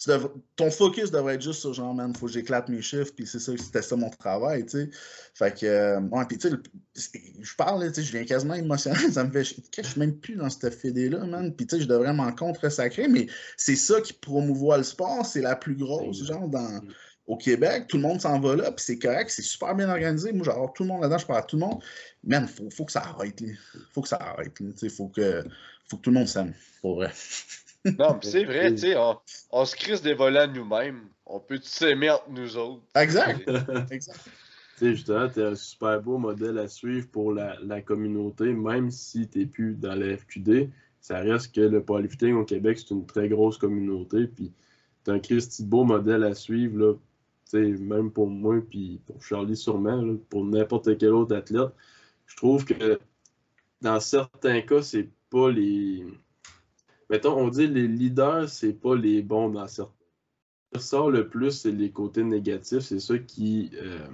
S3: Ton focus devrait être juste sur genre, man, faut que j'éclate mes chiffres, puis c'est ça, c'était ça mon travail, tu sais. Fait que, ouais, puis tu sais, je parle, tu sais, je viens quasiment émotionnel, ça me fait. Je suis même plus dans cette fédé-là, man, puis tu sais, je devrais m'en contre-sacrer, mais c'est ça qui promouvoit le sport, c'est la plus grosse, genre, au Québec, tout le monde s'en va là, puis c'est correct, c'est super bien organisé. Moi, genre, tout le monde là-dedans, je parle à tout le monde. Man, faut que ça arrête, là. Faut que ça arrête, là. Faut que tout le monde s'aime, pour vrai.
S1: Non, mais c'est vrai, tu sais, on se crisse des volets à nous-mêmes. On peut s'aimer entre nous autres.
S3: Exact. Exact.
S2: Tu sais, justement, t'es un super beau modèle à suivre pour la communauté, même si t'es plus dans la FQD. Ça reste que le powerlifting au Québec, c'est une très grosse communauté, puis t'es un Christy beau modèle à suivre, là. T'sais, même pour moi, puis pour Charlie sûrement, là, pour n'importe quel autre athlète, je trouve que dans certains cas, c'est pas les. Mettons, on dit les leaders, c'est pas les bons dans certains. Ce qui ressort le plus, c'est les côtés négatifs. C'est ça qui.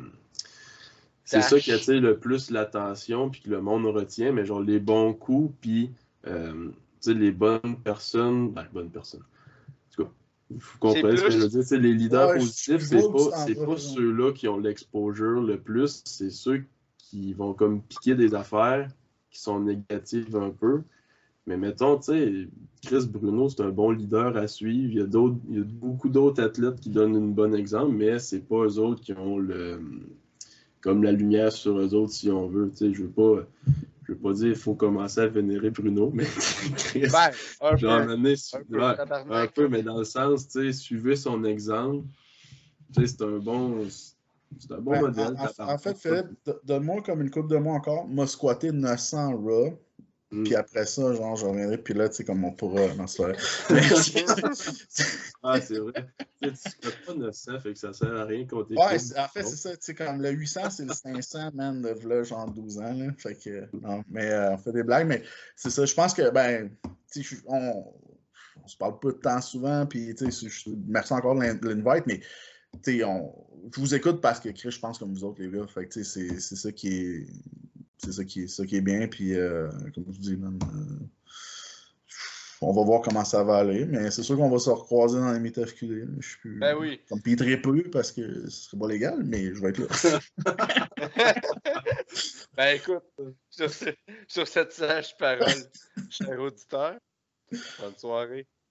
S2: C'est ça qui attire le plus l'attention, puis que le monde retient, mais genre les bons coups, puis les bonnes personnes. Ben, bonnes personnes. En tout cas. Vous comprenez ce que je veux dire? Les leaders positifs, c'est pas ceux-là qui ont l'exposure le plus, c'est ceux qui vont comme piquer des affaires qui sont négatives un peu. Mais mettons, tu sais, Chris Bruno, c'est un bon leader à suivre. Il y a beaucoup d'autres athlètes qui donnent un bon exemple, mais c'est pas eux autres qui ont comme la lumière sur eux autres, si on veut. Tu sais, je veux pas dire qu'il faut commencer à vénérer Bruno, mais Chris, un peu, mais dans le sens, tu sais, suivez son exemple. Tu sais, c'est un bon modèle.
S3: En fait, Philippe, donne-moi comme une couple de mois encore, m'a squatté 900 raw. Puis après ça, genre, je reviendrai, puis là, tu sais, comme on pourra. Non, c'est vrai.
S2: Ah, c'est vrai. Tu squattes pas 900, fait que ça sert à rien contre
S3: en fait, c'est ça. Tu sais, comme le 800, c'est le 500, man, de là, genre 12 ans, là. Fait que, non, mais on fait des blagues, mais c'est ça. Je pense que, ben, tu sais, on se parle pas de temps souvent, puis, tu sais, merci encore de l'invite, mais tu sais, je vous écoute parce que Chris, je pense comme vous autres, les gars. Fait que, tu sais, c'est ça qui est. C'est ça qui est bien. Puis, comme je vous dis, man, on va voir comment ça va aller. Mais c'est sûr qu'on va se recroiser dans les MetaFQD. Je suis plus.
S1: Ben oui.
S3: Comme puis très peu parce que ce serait pas légal, mais je vais être là.
S1: Ben écoute, sur cette sage parole, cher auditeur, bonne soirée.